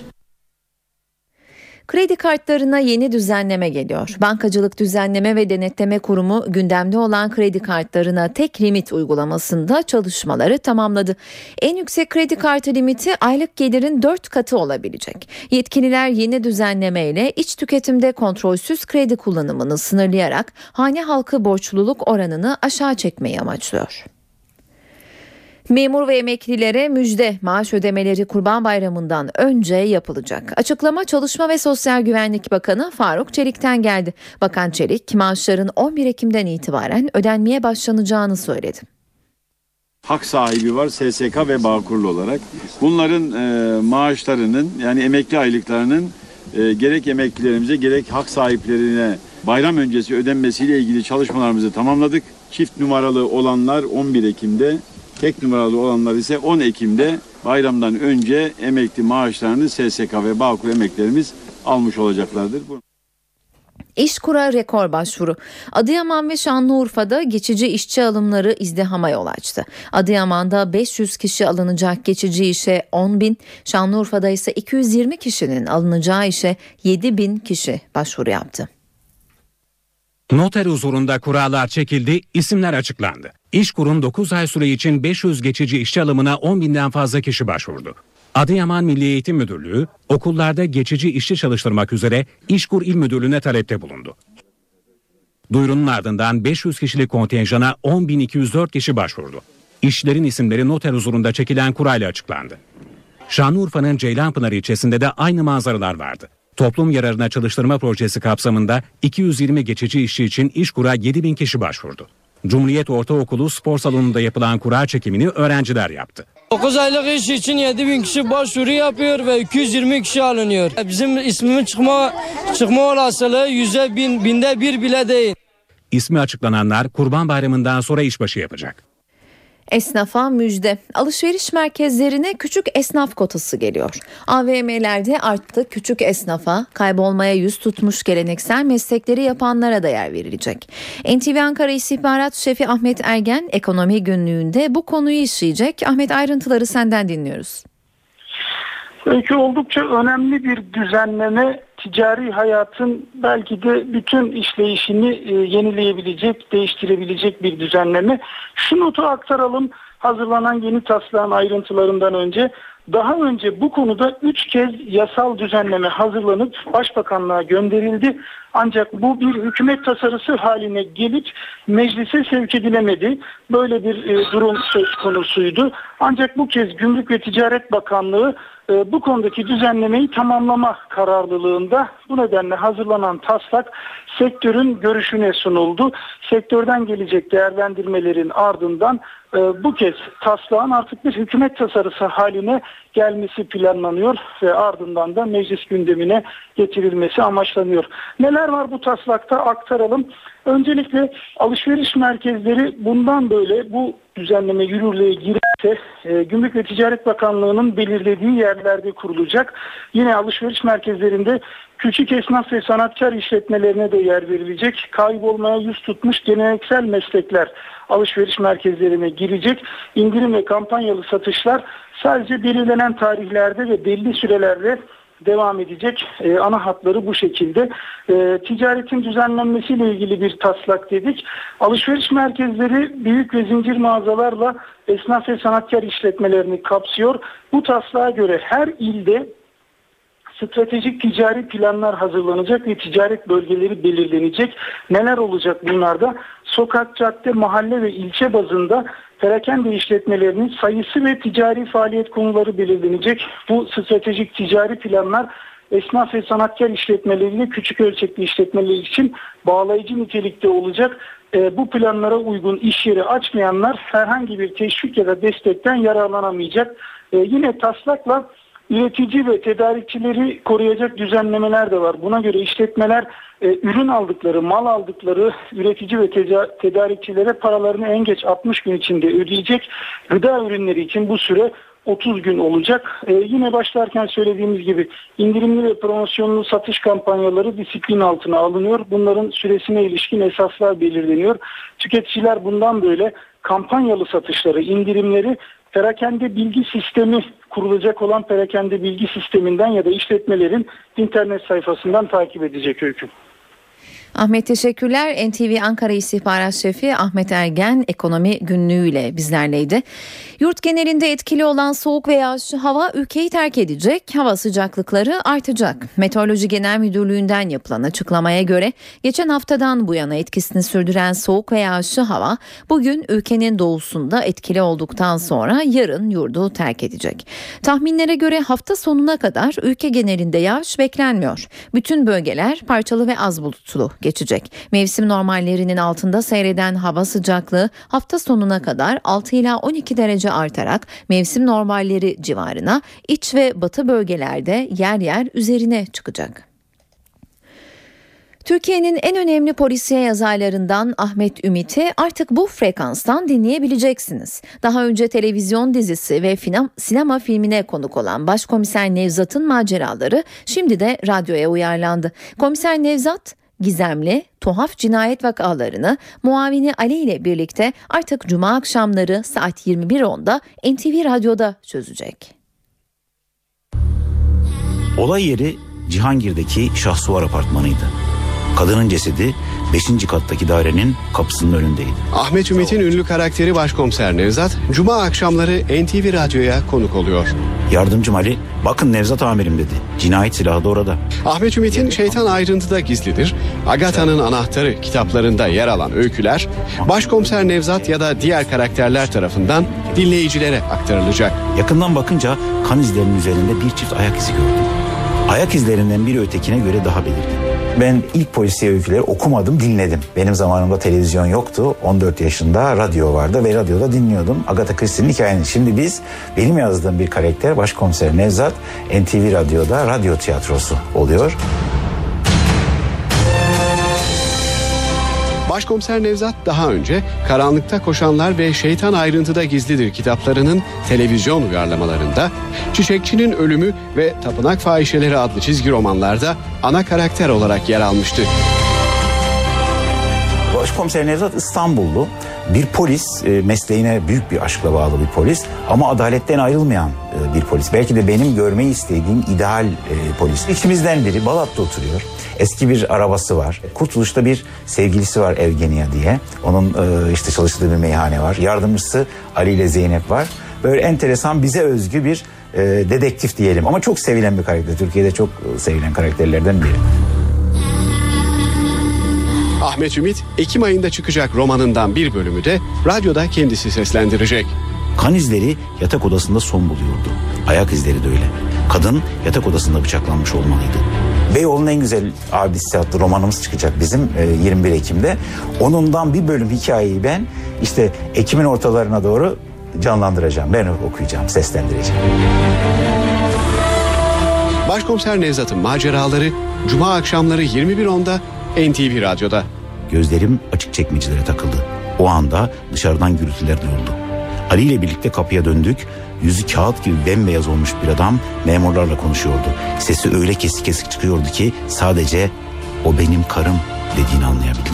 Kredi kartlarına yeni düzenleme geliyor. Bankacılık Düzenleme ve Denetleme Kurumu gündemde olan kredi kartlarına tek limit uygulamasında çalışmaları tamamladı. En yüksek kredi kartı limiti aylık gelirin dört katı olabilecek. Yetkililer yeni düzenlemeyle iç tüketimde kontrolsüz kredi kullanımını sınırlayarak hane halkı borçluluk oranını aşağı çekmeyi amaçlıyor. Memur ve emeklilere müjde, maaş ödemeleri Kurban Bayramı'ndan önce yapılacak. Açıklama Çalışma ve Sosyal Güvenlik Bakanı Faruk Çelik'ten geldi. Bakan Çelik, maaşların on bir Ekim'den itibaren ödenmeye başlanacağını söyledi. Hak sahibi var S S K ve Bağkurlu olarak. Bunların e, maaşlarının yani emekli aylıklarının e, gerek emeklilerimize gerek hak sahiplerine bayram öncesi ödenmesiyle ilgili çalışmalarımızı tamamladık. Çift numaralı olanlar on bir Ekim'de, tek numaralı olanlar ise on Ekim'de bayramdan önce emekli maaşlarını S S K ve Bağkur emeklilerimiz almış olacaklardır. İşkur'a rekor başvuru. Adıyaman ve Şanlıurfa'da geçici işçi alımları izdihama yol açtı. Adıyaman'da beş yüz kişi alınacak geçici işe on bin, Şanlıurfa'da ise iki yüz yirmi kişinin alınacağı işe yedi bin kişi başvuru yaptı. Noter huzurunda kurallar çekildi, isimler açıklandı. İşkur'un dokuz ay süre için beş yüz geçici işçi alımına on binden fazla kişi başvurdu. Adıyaman Milli Eğitim Müdürlüğü okullarda geçici işçi çalıştırmak üzere İşkur İl Müdürlüğü'ne talepte bulundu. Duyurunun ardından beş yüz kişilik kontenjana on bin iki yüz dört kişi başvurdu. İşçilerin isimleri noter huzurunda çekilen kurayla açıklandı. Şanlıurfa'nın Ceylanpınar ilçesinde de aynı manzaralar vardı. Toplum yararına çalıştırma projesi kapsamında iki yüz yirmi geçici işçi için İşkur'a yedi bin kişi başvurdu. Cumhuriyet Ortaokulu spor salonunda yapılan kura çekimini öğrenciler yaptı. dokuz aylık iş için yedi bin kişi başvuru yapıyor ve iki yüz yirmi kişi alınıyor. Bizim ismimin çıkma çıkma olasılığı yüzde bin, binde bir bile değil. İsmi açıklananlar Kurban Bayramı'ndan sonra işbaşı yapacak. Esnafa müjde. Alışveriş merkezlerine küçük esnaf kotası geliyor. A V M'lerde arttı, küçük esnafa, kaybolmaya yüz tutmuş geleneksel meslekleri yapanlara da yer verilecek. N T V Ankara İstihbarat Şefi Ahmet Ergen ekonomi günlüğünde bu konuyu işleyecek. Ahmet, ayrıntıları senden dinliyoruz. Belki oldukça önemli bir düzenleme, ticari hayatın belki de bütün işleyişini yenileyebilecek, değiştirebilecek bir düzenleme. Şu notu aktaralım, hazırlanan yeni taslağın ayrıntılarından önce Daha önce bu konuda üç kez yasal düzenleme hazırlanıp Başbakanlığa gönderildi. Ancak bu bir hükümet tasarısı haline gelip meclise sevk edilemedi. Böyle bir e, durum söz konusuydu. Ancak bu kez Gümrük ve Ticaret Bakanlığı e, bu konudaki düzenlemeyi tamamlama kararlılığında. Bu nedenle hazırlanan taslak sektörün görüşüne sunuldu. Sektörden gelecek değerlendirmelerin ardından e, bu kez taslağın artık bir hükümet tasarısı haline gelmesi planlanıyor ve ardından da meclis gündemine getirilmesi amaçlanıyor. Neler var bu taslakta aktaralım. Öncelikle alışveriş merkezleri bundan böyle bu düzenleme yürürlüğe girerse e, Gümrük ve Ticaret Bakanlığı'nın belirlediği yerlerde kurulacak. Yine alışveriş merkezlerinde küçük esnaf ve sanatkar işletmelerine de yer verilecek. Kaybolmaya yüz tutmuş geleneksel meslekler alışveriş merkezlerine girecek. İndirim ve kampanyalı satışlar sadece belirlenen tarihlerde ve belli sürelerde devam edecek. Ee, ana hatları bu şekilde. Ee, ticaretin düzenlenmesiyle ilgili bir taslak dedik. Alışveriş merkezleri büyük ve zincir mağazalarla esnaf ve sanatkar işletmelerini kapsıyor. Bu taslağa göre her ilde stratejik ticari planlar hazırlanacak ve ticaret bölgeleri belirlenecek. Neler olacak bunlarda? Sokak, cadde, mahalle ve ilçe bazında perakende işletmelerinin sayısı ve ticari faaliyet konuları belirlenecek. Bu stratejik ticari planlar esnaf ve sanatkar işletmeleriyle küçük ölçekli işletmeler için bağlayıcı nitelikte olacak. E, bu planlara uygun iş yeri açmayanlar herhangi bir teşvik ya da destekten yararlanamayacak. E, yine taslakla üretici ve tedarikçileri koruyacak düzenlemeler de var. Buna göre işletmeler e, ürün aldıkları, mal aldıkları üretici ve teda- tedarikçilere paralarını en geç altmış gün içinde ödeyecek. Gıda ürünleri için bu süre otuz gün olacak. E, yine başlarken söylediğimiz gibi indirimli ve promosyonlu satış kampanyaları disiplin altına alınıyor. Bunların süresine ilişkin esaslar belirleniyor. Tüketiciler bundan böyle kampanyalı satışları, indirimleri perakende bilgi sistemi kurulacak olan perakende bilgi sisteminden ya da işletmelerin internet sayfasından takip edecek Öykü. Ahmet teşekkürler. N T V Ankara İstihbarat Şefi Ahmet Ergen ekonomi günlüğüyle bizlerleydi. Yurt genelinde etkili olan soğuk ve yağışlı hava ülkeyi terk edecek. Hava sıcaklıkları artacak. Meteoroloji Genel Müdürlüğü'nden yapılan açıklamaya göre geçen haftadan bu yana etkisini sürdüren soğuk ve yağışlı hava bugün ülkenin doğusunda etkili olduktan sonra yarın yurdu terk edecek. Tahminlere göre hafta sonuna kadar ülke genelinde yağış beklenmiyor. Bütün bölgeler parçalı ve az bulutlu geçecek. Mevsim normallerinin altında seyreden hava sıcaklığı hafta sonuna kadar altı ila on iki derece artarak mevsim normalleri civarına, iç ve batı bölgelerde yer yer üzerine çıkacak. Türkiye'nin en önemli polisiye yazarlarından Ahmet Ümit'i artık bu frekanstan dinleyebileceksiniz. Daha önce televizyon dizisi ve sinema filmine konuk olan Başkomiser Nevzat'ın maceraları şimdi de radyoya uyarlandı. Komiser Nevzat, gizemli, tuhaf cinayet vakalarını muavini Ali ile birlikte artık cuma akşamları saat yirmi bir onda N T V Radyo'da çözecek. Olay yeri Cihangir'deki Şahsuvar Apartmanı'ydı. Kadının cesedi beşinci kattaki dairenin kapısının önündeydi. Ahmet Ümit'in ünlü karakteri Başkomiser Nevzat, Cuma akşamları N T V Radyo'ya konuk oluyor. Yardımcım Ali, bakın Nevzat amirim dedi. Cinayet silahı da orada. Ahmet Ümit'in Şeytan Ayrıntıda Gizlidir, Agatha'nın Anahtarı kitaplarında yer alan öyküler, Başkomiser Nevzat ya da diğer karakterler tarafından dinleyicilere aktarılacak. Yakından bakınca kan izlerinin üzerinde bir çift ayak izi gördüm. Ayak izlerinden biri ötekine göre daha belirgin. Ben ilk polisiye öyküleri okumadım, dinledim. Benim zamanımda televizyon yoktu. on dört yaşında radyo vardı ve radyoda dinliyordum Agatha Christie'nin hikayeni. Şimdi biz, benim yazdığım bir karakter Başkomiser Nevzat, N T V Radyo'da radyo tiyatrosu oluyor. Başkomiser Nevzat daha önce Karanlıkta Koşanlar ve Şeytan Ayrıntıda Gizlidir kitaplarının televizyon uyarlamalarında, Çiçekçinin Ölümü ve Tapınak Fahişeleri adlı çizgi romanlarda ana karakter olarak yer almıştı. Başkomiser Nevzat İstanbullu bir polis, mesleğine büyük bir aşkla bağlı bir polis ama adaletten ayrılmayan bir polis. Belki de benim görmeyi istediğim ideal polis. İçimizden biri Balat'ta oturuyor. Eski bir arabası var. Kurtuluş'ta bir sevgilisi var Evgenia diye. Onun işte çalıştığı bir meyhane var. Yardımcısı Ali ile Zeynep var. Böyle enteresan, bize özgü bir e, dedektif diyelim. Ama çok sevilen bir karakter. Türkiye'de çok sevilen karakterlerden biri. Ahmet Ümit, Ekim ayında çıkacak romanından bir bölümü de radyoda kendisi seslendirecek. Kan izleri yatak odasında son buluyordu. Ayak izleri de öyle. Kadın yatak odasında bıçaklanmış olmalıydı. Beyoğlu'nun en güzel abisi adlı romanımız çıkacak bizim yirmi bir Ekim'de. Onundan bir bölüm hikayeyi ben işte Ekim'in ortalarına doğru canlandıracağım. Ben okuyacağım, seslendireceğim. Başkomiser Nevzat'ın maceraları Cuma akşamları yirmi bir onda N T V Radyo'da. Gözlerim açık çekmecelere takıldı. O anda dışarıdan gürültüler duyuldu. Ali ile birlikte kapıya döndük. Yüzü kağıt gibi bembeyaz olmuş bir adam memurlarla konuşuyordu. Sesi öyle kesik kesik çıkıyordu ki sadece "o benim karım" dediğini anlayabildim.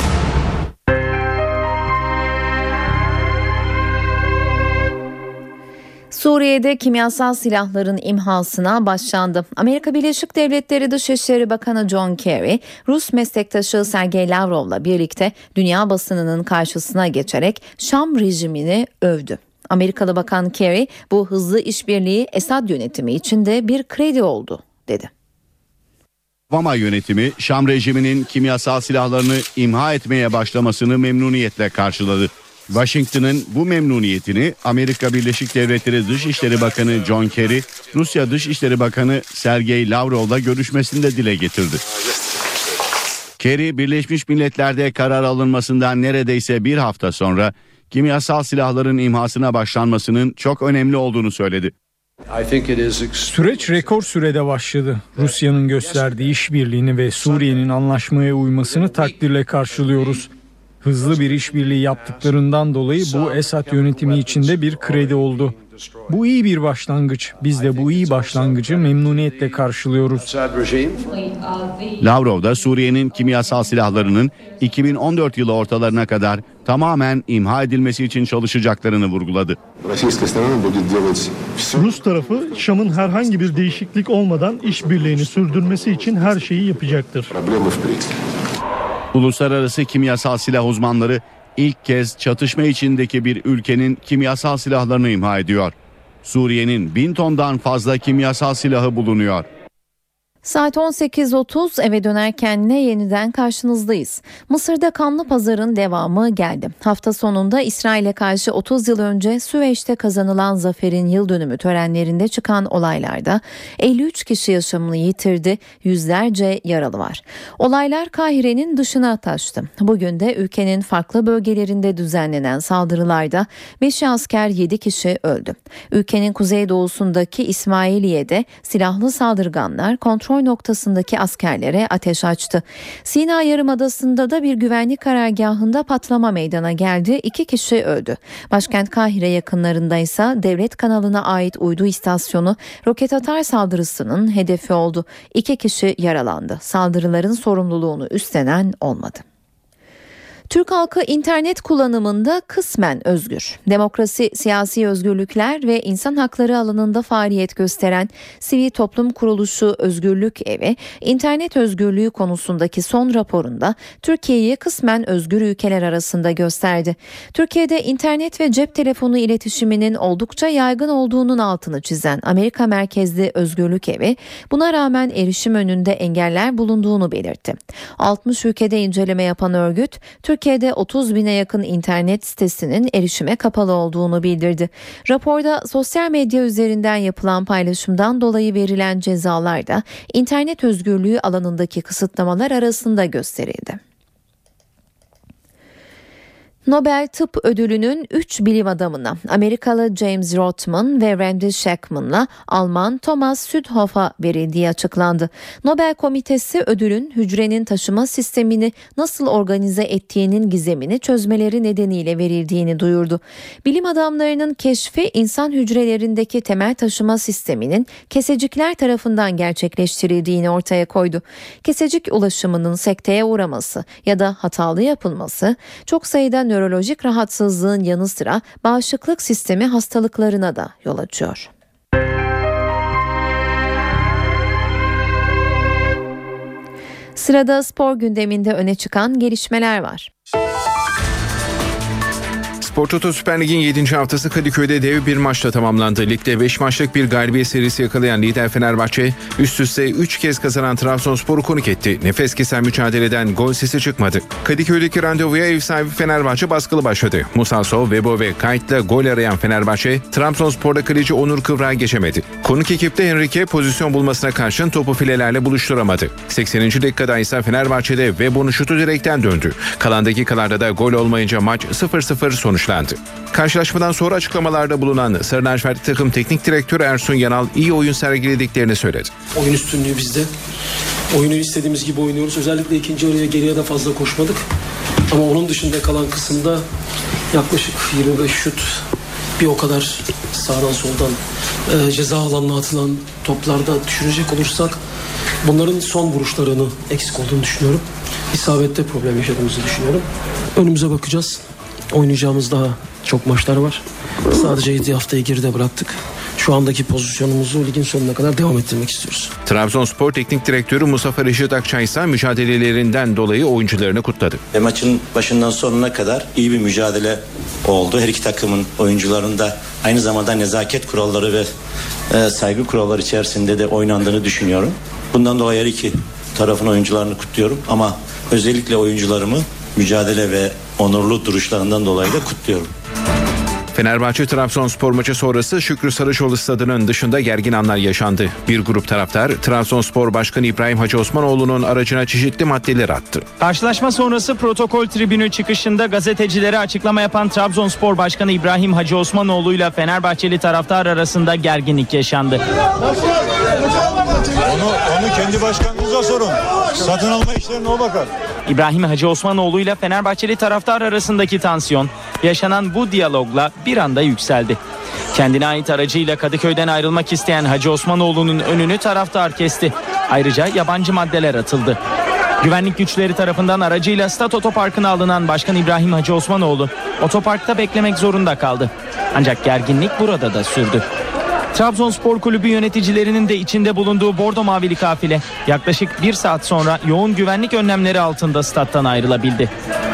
Suriye'de kimyasal silahların imhasına başlandı. Amerika Birleşik Devletleri Dışişleri Bakanı John Kerry, Rus meslektaşı Sergey Lavrov'la birlikte dünya basınının karşısına geçerek Şam rejimini övdü. Amerikalı Bakan Kerry, bu hızlı işbirliği Esad yönetimi için de bir kredi oldu, dedi. Obama yönetimi Şam rejiminin kimyasal silahlarını imha etmeye başlamasını memnuniyetle karşıladı. Washington'ın bu memnuniyetini Amerika Birleşik Devletleri Dışişleri Bakanı John Kerry, Rusya Dışişleri Bakanı Sergey Lavrov'la görüşmesinde dile getirdi. Kerry, Birleşmiş Milletler'de karar alınmasından neredeyse bir hafta sonra kimyasal silahların imhasına başlanmasının çok önemli olduğunu söyledi. Süreç rekor sürede başladı. Rusya'nın gösterdiği işbirliğini ve Suriye'nin anlaşmaya uymasını takdirle karşılıyoruz. Hızlı bir işbirliği yaptıklarından dolayı bu Esad yönetimi içinde bir kredi oldu. Bu iyi bir başlangıç. Biz de bu iyi başlangıcı memnuniyetle karşılıyoruz. Lavrov da Suriye'nin kimyasal silahlarının iki bin on dört yılı ortalarına kadar tamamen imha edilmesi için çalışacaklarını vurguladı. Rus tarafı Şam'ın herhangi bir değişiklik olmadan işbirliğini sürdürmesi için her şeyi yapacaktır. Uluslararası kimyasal silah uzmanları ilk kez çatışma içindeki bir ülkenin kimyasal silahlarını imha ediyor. Suriye'nin bin tondan fazla kimyasal silahı bulunuyor. Saat on sekiz otuz eve dönerken ne yeniden karşınızdayız. Mısır'da kanlı pazarın devamı geldi. Hafta sonunda İsrail'e karşı otuz yıl önce Süveyş'te kazanılan zaferin yıl dönümü törenlerinde çıkan olaylarda elli üç kişi yaşamını yitirdi, yüzlerce yaralı var. Olaylar Kahire'nin dışına taştı. Bugün de ülkenin farklı bölgelerinde düzenlenen saldırılarda beş asker yedi kişi öldü. Ülkenin kuzeydoğusundaki İsmailiye'de silahlı saldırganlar kontrol noktasındaki askerlere ateş açtı. Sina Yarımadası'nda da bir güvenlik karargahında patlama meydana geldi. İki kişi öldü. Başkent Kahire yakınlarında ise devlet kanalına ait uydu istasyonu roket atar saldırısının hedefi oldu. İki kişi yaralandı. Saldırıların sorumluluğunu üstlenen olmadı. Türk halkı internet kullanımında kısmen özgür. Demokrasi, siyasi özgürlükler ve insan hakları alanında faaliyet gösteren Sivil Toplum Kuruluşu Özgürlük Evi, internet özgürlüğü konusundaki son raporunda Türkiye'yi kısmen özgür ülkeler arasında gösterdi. Türkiye'de internet ve cep telefonu iletişiminin oldukça yaygın olduğunun altını çizen Amerika merkezli Özgürlük Evi, buna rağmen erişim önünde engeller bulunduğunu belirtti. altmış ülkede inceleme yapan örgüt, Türkiye'de otuz bine yakın internet sitesinin erişime kapalı olduğunu bildirdi. Raporda sosyal medya üzerinden yapılan paylaşımdan dolayı verilen cezalar da internet özgürlüğü alanındaki kısıtlamalar arasında gösterildi. Nobel Tıp Ödülü'nün üç bilim adamına, Amerikalı James Rothman ve Randy Shackman'la Alman Thomas Südhoff'a verildiği açıklandı. Nobel Komitesi ödülün hücrenin taşıma sistemini nasıl organize ettiğinin gizemini çözmeleri nedeniyle verildiğini duyurdu. Bilim adamlarının keşfi insan hücrelerindeki temel taşıma sisteminin kesecikler tarafından gerçekleştirildiğini ortaya koydu. Kesecik ulaşımının sekteye uğraması ya da hatalı yapılması çok sayıda nörolojik rahatsızlığın yanı sıra bağışıklık sistemi hastalıklarına da yol açıyor. Sırada spor gündeminde öne çıkan gelişmeler var. Spor Toto Süper Lig'in yedinci haftası Kadıköy'de dev bir maçla tamamlandı. Ligde beş maçlık bir galibiyet serisi yakalayan lider Fenerbahçe, üst üste üç kez kazanan Trabzonspor'u konuk etti. Nefes kesen mücadeleden gol sesi çıkmadı. Kadıköy'deki randevuya ev sahibi Fenerbahçe baskılı başladı. Musa Sow, Vebo ve Kayt'la gol arayan Fenerbahçe, Trabzonspor'da kaleci Onur Kıvrak'ı geçemedi. Konuk ekipte Henrique pozisyon bulmasına karşın topu filelerle buluşturamadı. sekseninci dakikada ise Fenerbahçe'de Vebo'nun şutu direkten döndü. Kalan dakikalarda da gol olmayınca maç sıfır sıfır sonuçlandı. Karşılaşmadan sonra açıklamalarda bulunan Sarı Lacivertli takım teknik direktörü Ersun Yanal iyi oyun sergilediklerini söyledi. Oyun üstünlüğü bizde. Oyunu istediğimiz gibi oynuyoruz. Özellikle ikinci araya geriye de fazla koşmadık. Ama onun dışında kalan kısımda yaklaşık yirmi beş şut, bir o kadar sağdan soldan e, ceza alanına atılan toplarda düşünecek olursak bunların son vuruşlarını eksik olduğunu düşünüyorum. İsabette problem yaşadığımızı düşünüyorum. Önümüze bakacağız. Oynayacağımız daha çok maçlar var. Sadece yedi haftayı geride bıraktık. Şu andaki pozisyonumuzu ligin sonuna kadar devam ettirmek istiyoruz. Trabzonspor Teknik Direktörü Mustafa Reşit Akçay ise mücadelelerinden dolayı oyuncularını kutladı. E, maçın başından sonuna kadar iyi bir mücadele oldu. Her iki takımın oyuncularında aynı zamanda nezaket kuralları ve e, saygı kuralları içerisinde de oynandığını düşünüyorum. Bundan dolayı her iki tarafın oyuncularını kutluyorum ama özellikle oyuncularımı mücadele ve onurlu duruşlarından dolayı da kutluyorum. Fenerbahçe Trabzonspor maçı sonrası Şükrü Saraçoğlu stadının dışında gergin anlar yaşandı. Bir grup taraftar Trabzonspor Başkanı İbrahim Hacı Osmanoğlu'nun aracına çeşitli maddeler attı. Karşılaşma sonrası protokol tribünü çıkışında gazetecilere açıklama yapan Trabzonspor Başkanı İbrahim Hacı Osmanoğlu ile Fenerbahçeli taraftar arasında gerginlik yaşandı. Onu, onu kendi başkanınıza sorun. Satın alma işlerine o bakar. İbrahim Hacı Osmanoğlu ile Fenerbahçeli taraftar arasındaki tansiyon yaşanan bu diyalogla bir anda yükseldi. Kendine ait aracıyla Kadıköy'den ayrılmak isteyen Hacı Osmanoğlu'nun önünü taraftar kesti. Ayrıca yabancı maddeler atıldı. Güvenlik güçleri tarafından aracıyla Stat Otoparkı'na alınan Başkan İbrahim Hacı Osmanoğlu otoparkta beklemek zorunda kaldı. Ancak gerginlik burada da sürdü. Trabzonspor Kulübü yöneticilerinin de içinde bulunduğu bordo mavili kafile yaklaşık bir saat sonra yoğun güvenlik önlemleri altında stat'tan ayrılabildi.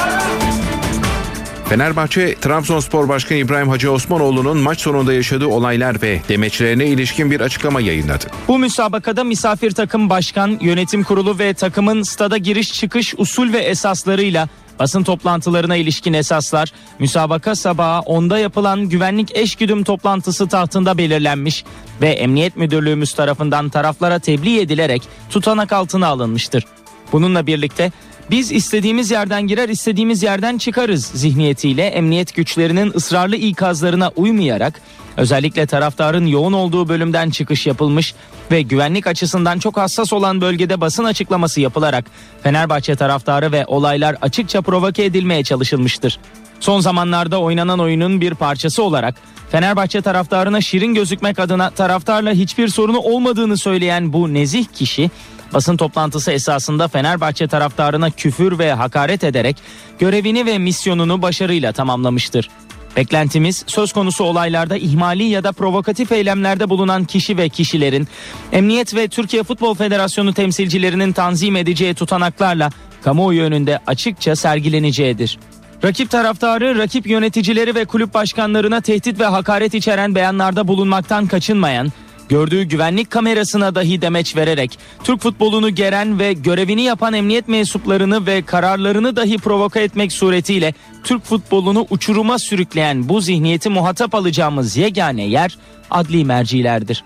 Fenerbahçe, Trabzonspor Başkanı İbrahim Hacı Osmanoğlu'nun maç sonunda yaşadığı olaylar ve demeçlerine ilişkin bir açıklama yayınladı. Bu müsabakada misafir takım başkan, yönetim kurulu ve takımın stada giriş çıkış usul ve esaslarıyla basın toplantılarına ilişkin esaslar, müsabaka sabahı onda yapılan güvenlik eşgüdüm toplantısı tahtında belirlenmiş ve Emniyet Müdürlüğümüz tarafından taraflara tebliğ edilerek tutanak altına alınmıştır. Bununla birlikte biz istediğimiz yerden girer, istediğimiz yerden çıkarız zihniyetiyle emniyet güçlerinin ısrarlı ikazlarına uymayarak özellikle taraftarın yoğun olduğu bölümden çıkış yapılmış ve güvenlik açısından çok hassas olan bölgede basın açıklaması yapılarak Fenerbahçe taraftarı ve olaylar açıkça provoke edilmeye çalışılmıştır. Son zamanlarda oynanan oyunun bir parçası olarak Fenerbahçe taraftarına şirin gözükmek adına taraftarla hiçbir sorunu olmadığını söyleyen bu nezih kişi basın toplantısı esasında Fenerbahçe taraftarına küfür ve hakaret ederek görevini ve misyonunu başarıyla tamamlamıştır. Beklentimiz söz konusu olaylarda ihmali ya da provokatif eylemlerde bulunan kişi ve kişilerin Emniyet ve Türkiye Futbol Federasyonu temsilcilerinin tanzim edeceği tutanaklarla kamuoyu önünde açıkça sergileneceğidir. Rakip taraftarı, rakip yöneticileri ve kulüp başkanlarına tehdit ve hakaret içeren beyanlarda bulunmaktan kaçınmayan, gördüğü güvenlik kamerasına dahi demeç vererek Türk futbolunu geren ve görevini yapan emniyet mensuplarını ve kararlarını dahi provoka etmek suretiyle Türk futbolunu uçuruma sürükleyen bu zihniyeti muhatap alacağımız yegane yer adli mercilerdir.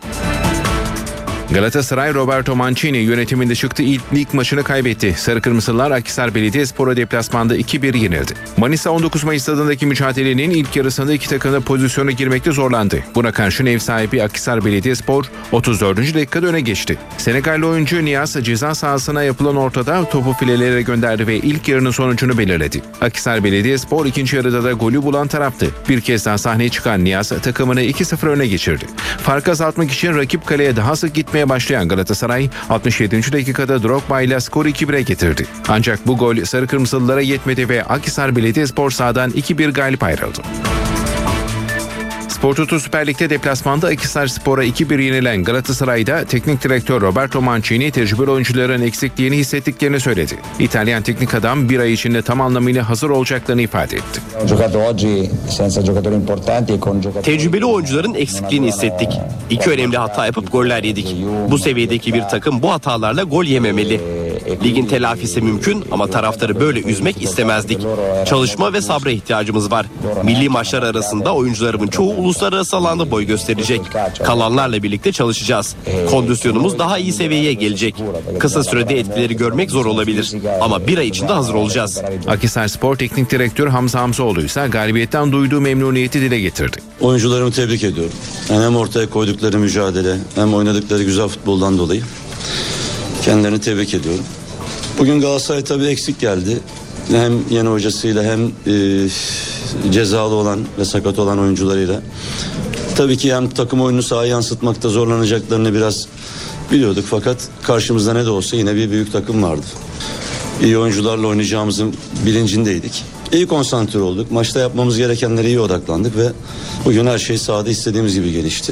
Galatasaray Roberto Mancini yönetiminde çıktı ilk lig maçını kaybetti. Sarı Kırmızılar Akhisar Belediyespor'a deplasmanda iki bir yenildi. Manisa on dokuz Mayıs stadındaki mücadelenin ilk yarısında iki takım da pozisyona girmekte zorlandı. Buna karşın ev sahibi Akhisar Belediyespor otuz dördüncü dakikada öne geçti. Senegalli oyuncu Nias ceza sahasına yapılan ortada topu filelere gönderdi ve ilk yarının sonucunu belirledi. Akhisar Belediyespor ikinci yarıda da golü bulan taraftı. Bir kez daha sahneye çıkan Nias takımını iki sıfır öne geçirdi. Farkı azaltmak için rakip kaleye daha sık gitmeye başlayan Galatasaray altmış yedinci dakikada Drogba ile skoru iki bire getirdi. Ancak bu gol Sarı Kırmızılılara yetmedi ve Akhisar Belediyespor sahadan iki bir galip ayrıldı. Spor Toto Süper Lig'de deplasmanda Akhisarspor'a iki bir yenilen Galatasaray'da teknik direktör Roberto Mancini tecrübeli oyuncuların eksikliğini hissettiklerini söyledi. İtalyan teknik adam bir ay içinde tam anlamıyla hazır olacaklarını ifade etti. Tecrübeli oyuncuların eksikliğini hissettik. İki önemli hata yapıp goller yedik. Bu seviyedeki bir takım bu hatalarla gol yememeli. Ligin telafisi mümkün ama taraftarı böyle üzmek istemezdik. Çalışma ve sabra ihtiyacımız var. Milli maçlar arasında oyuncularımın çoğu uluslararası alanda boy gösterecek. Kalanlarla birlikte çalışacağız. Kondisyonumuz daha iyi seviyeye gelecek. Kısa sürede etkileri görmek zor olabilir ama bir ay içinde hazır olacağız. Akhisarspor Teknik Direktör Hamza Hamzoğlu ise galibiyetten duyduğu memnuniyeti dile getirdi. Oyuncularımı tebrik ediyorum. Yani hem ortaya koydukları mücadele hem oynadıkları güzel futboldan dolayı kendilerini tebrik ediyorum. Bugün Galatasaray tabii eksik geldi. Hem yeni hocasıyla hem e, cezalı olan ve sakat olan oyuncularıyla. Tabii ki hem takım oyunu sahaya yansıtmakta zorlanacaklarını biraz biliyorduk. Fakat karşımızda ne de olsa yine bir büyük takım vardı. İyi oyuncularla oynayacağımızın bilincindeydik. İyi konsantre olduk. Maçta yapmamız gerekenlere iyi odaklandık ve bugün her şey sahada istediğimiz gibi gelişti.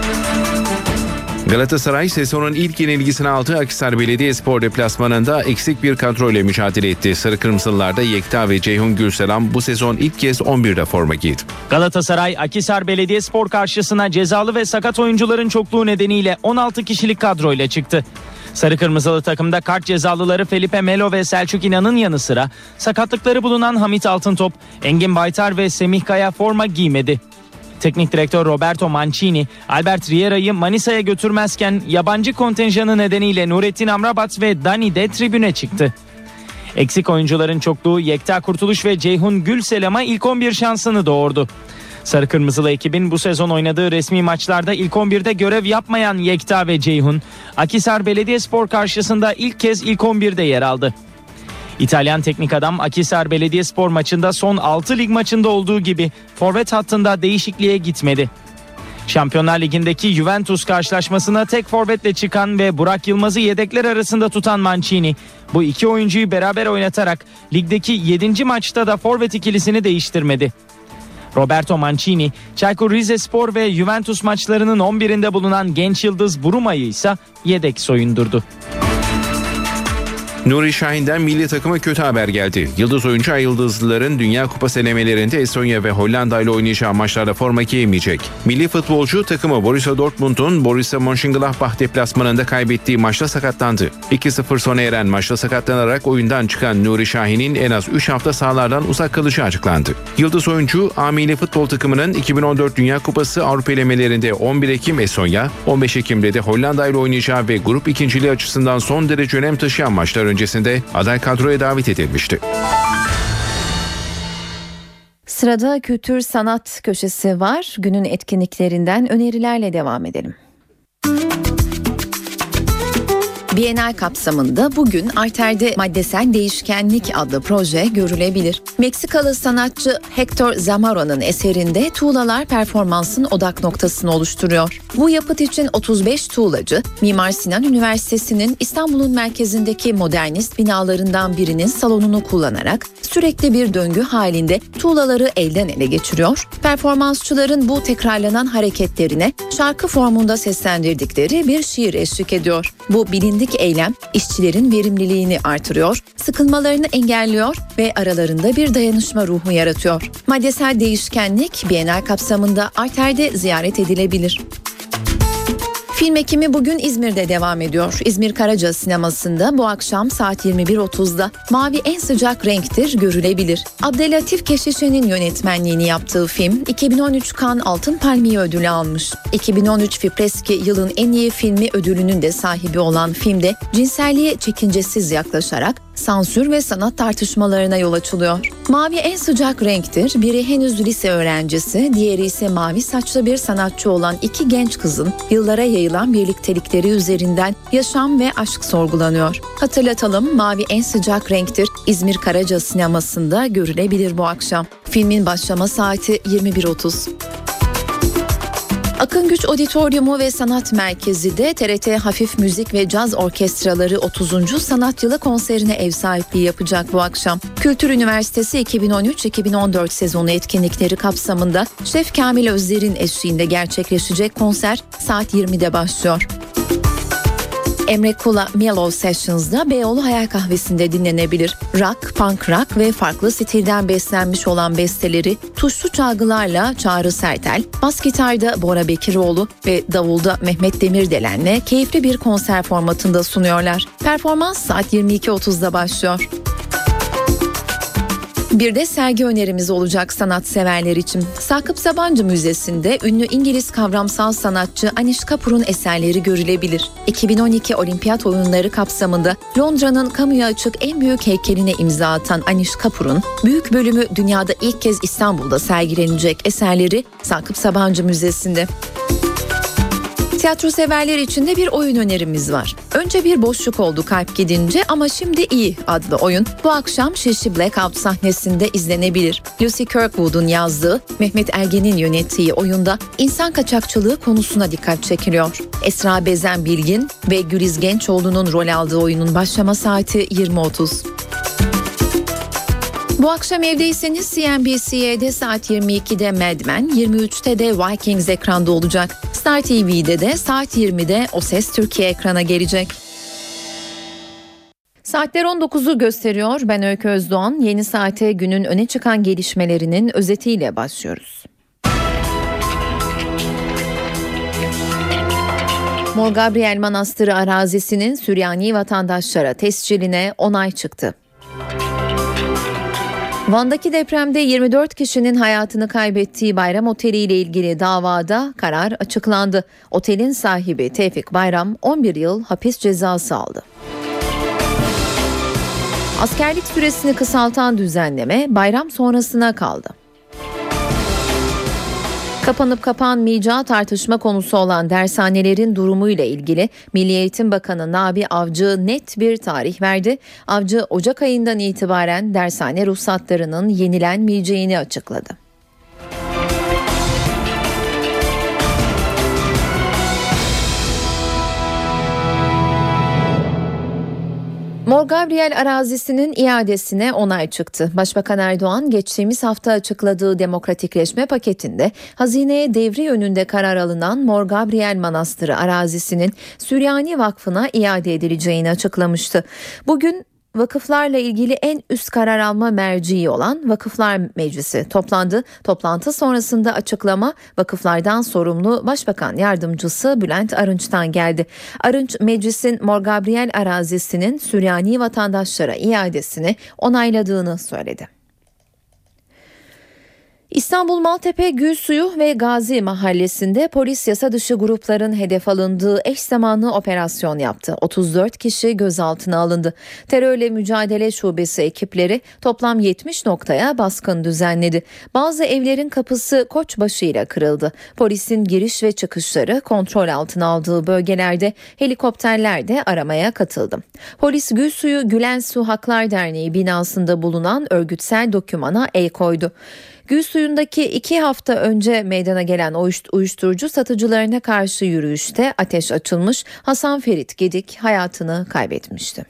Galatasaray sezonun ilk yenilgisini aldığı Akhisar Belediyespor deplasmanında eksik bir kadroyla mücadele etti. Sarı Kırmızılılarda Yekta ve Ceyhun Gülselam bu sezon ilk kez on birde forma giydi. Galatasaray Akhisar Belediyespor karşısına cezalı ve sakat oyuncuların çokluğu nedeniyle on altı kişilik kadroyla çıktı. Sarı Kırmızılı takımda kart cezalıları Felipe Melo ve Selçuk İnan'ın yanı sıra sakatlıkları bulunan Hamit Altıntop, Engin Baytar ve Semih Kaya forma giymedi. Teknik direktör Roberto Mancini, Albert Riera'yı Manisa'ya götürmezken yabancı kontenjanı nedeniyle Nurettin Amrabat ve Dani de tribüne çıktı. Eksik oyuncuların çokluğu Yekta Kurtuluş ve Ceyhun Gülselam'a ilk on bir şansını doğurdu. Sarı Kırmızılı ekibin bu sezon oynadığı resmi maçlarda ilk on birde görev yapmayan Yekta ve Ceyhun, Akhisar Belediyespor karşısında ilk kez ilk on birde yer aldı. İtalyan teknik adam Akhisar Belediyespor maçında son altı lig maçında olduğu gibi forvet hattında değişikliğe gitmedi. Şampiyonlar Ligi'ndeki Juventus karşılaşmasına tek forvetle çıkan ve Burak Yılmaz'ı yedekler arasında tutan Mancini, bu iki oyuncuyu beraber oynatarak ligdeki yedinci maçta da forvet ikilisini değiştirmedi. Roberto Mancini, Çaykur Rizespor ve Juventus maçlarının on birinde bulunan genç yıldız Buruma'yı ise yedek soyundurdu. Nuri Şahin'den milli takıma kötü haber geldi. Yıldız oyuncu Ay Yıldızlıların Dünya Kupası elemelerinde Estonya ve Hollanda ile oynayacağı maçlarda forma giymeyecek. Milli futbolcu takımı Borussia Dortmund'un Borussia Mönchengladbach deplasmanında kaybettiği maçta sakatlandı. iki sıfır sona eren maçta sakatlanarak oyundan çıkan Nuri Şahin'in en az üç hafta sahalardan uzak kalacağı açıklandı. Yıldız oyuncu A milli futbol takımının iki bin on dört Dünya Kupası Avrupa elemelerinde on bir Ekim Estonya, on beş Ekim'de de Hollanda ile oynayacağı ve grup ikinciliği açısından son derece önem taşıyan maçlar öncesinde aday kadroya davet edilmişti. Sırada kültür sanat köşesi var. Günün etkinliklerinden önerilerle devam edelim. Bienal kapsamında bugün Arter'de Maddesel Değişkenlik adlı proje görülebilir. Meksikalı sanatçı Hector Zamaro'nun eserinde tuğlalar performansın odak noktasını oluşturuyor. Bu yapıt için otuz beş tuğlacı, Mimar Sinan Üniversitesi'nin İstanbul'un merkezindeki modernist binalarından birinin salonunu kullanarak sürekli bir döngü halinde tuğlaları elden ele geçiriyor. Performansçıların bu tekrarlanan hareketlerine şarkı formunda seslendirdikleri bir şiir eşlik ediyor. Bu bilindik eylem işçilerin verimliliğini artırıyor, sıkılmalarını engelliyor ve aralarında bir dayanışma ruhu yaratıyor. Maddesel değişkenlik Bienal kapsamında Arter'de ziyaret edilebilir. Film ekimi bugün İzmir'de devam ediyor. İzmir Karaca Sineması'nda bu akşam saat yirmi bir otuzda Mavi En Sıcak Renktir görülebilir. Abdelatif Keşişe'nin yönetmenliğini yaptığı film iki bin on üç Cannes Altın Palmiye ödülü almış. iki bin on üç Fipreski yılın en iyi filmi ödülünün de sahibi olan filmde cinselliğe çekincesiz yaklaşarak sansür ve sanat tartışmalarına yol açılıyor. Mavi En Sıcak Renktir, biri henüz lise öğrencisi, diğeri ise mavi saçlı bir sanatçı olan iki genç kızın yıllara yayılan birliktelikleri üzerinden yaşam ve aşk sorgulanıyor. Hatırlatalım, Mavi En Sıcak Renktir İzmir Karaca Sineması'nda görülebilir bu akşam. Filmin başlama saati yirmi bir otuz. Akın Güç Auditoriumu ve Sanat Merkezi de T R T Hafif Müzik ve Caz Orkestraları otuzuncu Sanat Yılı konserine ev sahipliği yapacak bu akşam. Kültür Üniversitesi iki bin on üç iki bin on dört sezonu etkinlikleri kapsamında Şef Kamil Özler'in eşliğinde gerçekleşecek konser saat yirmide başlıyor. Emre Kula Mellow Sessions'da Beyoğlu Hayal Kahvesi'nde dinlenebilir. Rock, punk rock ve farklı stilden beslenmiş olan besteleri tuşlu çalgılarla Çağrı Sertel, bas gitarda Bora Bekiroğlu ve davulda Mehmet Demirdelen'le keyifli bir konser formatında sunuyorlar. Performans saat yirmi iki otuzda başlıyor. Bir de sergi önerimiz olacak sanatseverler için. Sakıp Sabancı Müzesi'nde ünlü İngiliz kavramsal sanatçı Anish Kapoor'un eserleri görülebilir. iki bin on iki Olimpiyat Oyunları kapsamında Londra'nın kamuya açık en büyük heykeline imza atan Anish Kapoor'un büyük bölümü dünyada ilk kez İstanbul'da sergilenecek eserleri Sakıp Sabancı Müzesi'nde. Tiyatro severler için de bir oyun önerimiz var. Önce bir boşluk oldu kalp gidince ama şimdi iyi adlı oyun bu akşam Şişli Blackout sahnesinde izlenebilir. Lucy Kirkwood'un yazdığı, Mehmet Ergen'in yönettiği oyunda insan kaçakçılığı konusuna dikkat çekiliyor. Esra Bezen Bilgin ve Güliz Gençoğlu'nun rol aldığı oyunun başlama saati yirmi otuz. Bu akşam evdeyseniz C N B C'de saat yirmi ikide Mad Men, yirmi üçte de Vikings ekranda olacak. Star T V'de de saat yirmide O Ses Türkiye ekrana gelecek. Saatler on dokuzu gösteriyor. Ben Öykü Özdoğan. Yeni saate günün öne çıkan gelişmelerinin özetiyle başlıyoruz. Mor Gabriel Manastırı arazisinin Süryani vatandaşlara tesciline onay çıktı. Van'daki depremde yirmi dört kişinin hayatını kaybettiği Bayram Oteli ile ilgili davada karar açıklandı. Otelin sahibi Tevfik Bayram on bir yıl hapis cezası aldı. Askerlik süresini kısaltan düzenleme bayram sonrasına kaldı. Kapanıp kapanmayacağı tartışma konusu olan dershanelerin durumuyla ilgili Milli Eğitim Bakanı Nabi Avcı net bir tarih verdi. Avcı Ocak ayından itibaren dershane ruhsatlarının yenilenmeyeceğini açıkladı. Mor Gabriel arazisinin iadesine onay çıktı. Başbakan Erdoğan geçtiğimiz hafta açıkladığı demokratikleşme paketinde hazineye devri yönünde karar alınan Mor Gabriel Manastırı arazisinin Süryani Vakfı'na iade edileceğini açıklamıştı. Bugün vakıflarla ilgili en üst karar alma merciği olan Vakıflar Meclisi toplandı. Toplantı sonrasında açıklama vakıflardan sorumlu Başbakan Yardımcısı Bülent Arınç'tan geldi. Arınç, meclisin Mor Gabriel arazisinin Süryani vatandaşlara iadesini onayladığını söyledi. İstanbul Maltepe Gülsuyu ve Gazi Mahallesi'nde polis yasa dışı grupların hedef alındığı eş zamanlı operasyon yaptı. otuz dört kişi gözaltına alındı. Terörle Mücadele Şubesi ekipleri toplam yetmiş noktaya baskın düzenledi. Bazı evlerin kapısı koçbaşıyla kırıldı. Polisin giriş ve çıkışları kontrol altına aldığı bölgelerde helikopterler de aramaya katıldı. Polis Gülsuyu Gülen Su Haklar Derneği binasında bulunan örgütsel dokümana el koydu. Gülsuyu'ndaki iki hafta önce meydana gelen uyuşturucu satıcılarına karşı yürüyüşte ateş açılmış, Hasan Ferit Gedik hayatını kaybetmişti.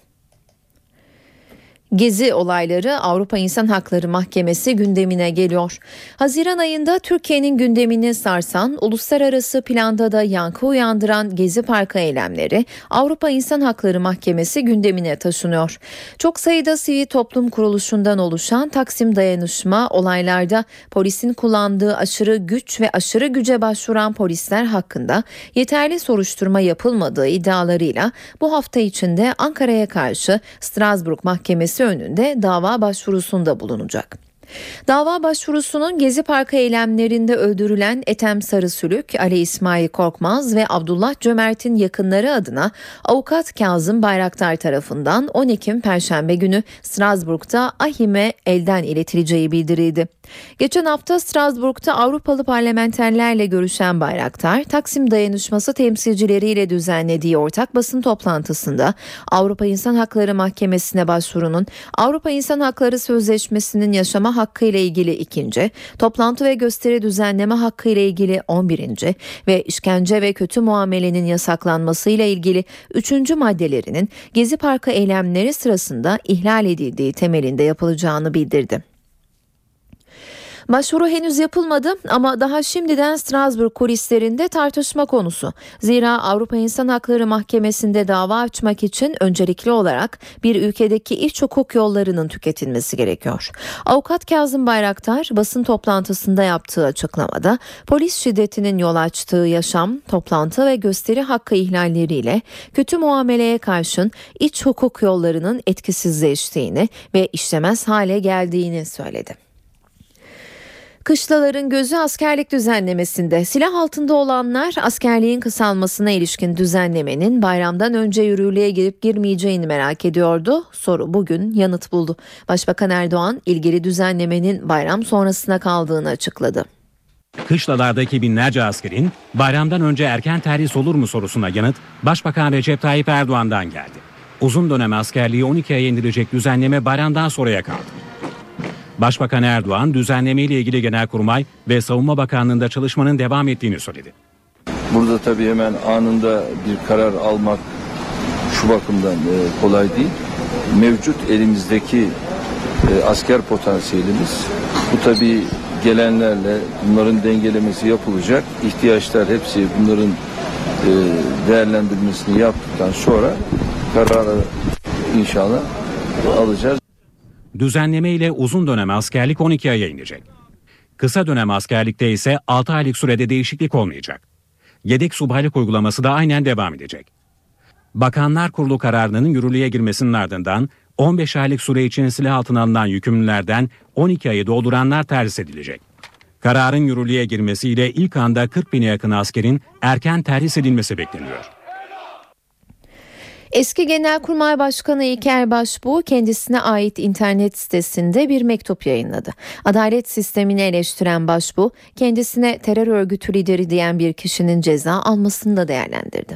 Gezi olayları Avrupa İnsan Hakları Mahkemesi gündemine geliyor. Haziran ayında Türkiye'nin gündemini sarsan, uluslararası planda da yankı uyandıran Gezi Parkı eylemleri Avrupa İnsan Hakları Mahkemesi gündemine taşınıyor. Çok sayıda sivil toplum kuruluşundan oluşan Taksim Dayanışma olaylarda polisin kullandığı aşırı güç ve aşırı güce başvuran polisler hakkında yeterli soruşturma yapılmadığı iddialarıyla bu hafta içinde Ankara'ya karşı Strasbourg Mahkemesi önünde dava başvurusunda bulunacak. Dava başvurusunun Gezi Parkı eylemlerinde öldürülen Ethem Sarısülük, Ali İsmail Korkmaz ve Abdullah Cömert'in yakınları adına avukat Kazım Bayraktar tarafından on Ekim Perşembe günü Strasbourg'da ahime elden iletileceği bildirildi. Geçen hafta Strasbourg'da Avrupalı parlamenterlerle görüşen Bayraktar, Taksim Dayanışması temsilcileriyle düzenlediği ortak basın toplantısında Avrupa İnsan Hakları Mahkemesi'ne başvurunun Avrupa İnsan Hakları Sözleşmesi'nin yaşama hakkı ile ilgili ikinci, toplantı ve gösteri düzenleme hakkı ile ilgili on birinci ve işkence ve kötü muamelenin yasaklanması ile ilgili üçüncü maddelerinin Gezi Parkı eylemleri sırasında ihlal edildiği temelinde yapılacağını bildirdi. Başvuru henüz yapılmadı ama daha şimdiden Strasbourg kulislerinde tartışma konusu. Zira Avrupa İnsan Hakları Mahkemesi'nde dava açmak için öncelikli olarak bir ülkedeki iç hukuk yollarının tüketilmesi gerekiyor. Avukat Kazım Bayraktar basın toplantısında yaptığı açıklamada polis şiddetinin yol açtığı yaşam, toplantı ve gösteri hakkı ihlalleriyle kötü muameleye karşın iç hukuk yollarının etkisizleştiğini ve işlemez hale geldiğini söyledi. Kışlaların gözü askerlik düzenlemesinde. Silah altında olanlar askerliğin kısalmasına ilişkin düzenlemenin bayramdan önce yürürlüğe girip girmeyeceğini merak ediyordu. Soru bugün yanıt buldu. Başbakan Erdoğan ilgili düzenlemenin bayram sonrasına kaldığını açıkladı. Kışlalardaki binlerce askerin bayramdan önce erken terhis olur mu sorusuna yanıt Başbakan Recep Tayyip Erdoğan'dan geldi. Uzun dönem askerliği on iki aya indirecek düzenleme bayramdan sonraya kaldı. Başbakan Erdoğan düzenleme ile ilgili Genelkurmay ve Savunma Bakanlığı'nda çalışmanın devam ettiğini söyledi. Burada tabii hemen anında bir karar almak şu bakımdan kolay değil. Mevcut elimizdeki asker potansiyelimiz, bu tabii gelenlerle bunların dengelemesi yapılacak. İhtiyaçlar hepsi bunların değerlendirmesini yaptıktan sonra kararı inşallah alacağız. Düzenleme ile uzun dönem askerlik on iki aya inecek. Kısa dönem askerlikte ise altı aylık sürede değişiklik olmayacak. Yedek subaylık uygulaması da aynen devam edecek. Bakanlar Kurulu kararının yürürlüğe girmesinin ardından on beş aylık süre için silah altına alınan yükümlülerden on iki ayı dolduranlar terhis edilecek. Kararın yürürlüğe girmesiyle ilk anda kırk bine yakın askerin erken terhis edilmesi bekleniyor. Eski Genelkurmay Başkanı İlker Başbuğ kendisine ait internet sitesinde bir mektup yayınladı. Adalet sistemini eleştiren Başbuğ, kendisine terör örgütü lideri diyen bir kişinin ceza almasını da değerlendirdi.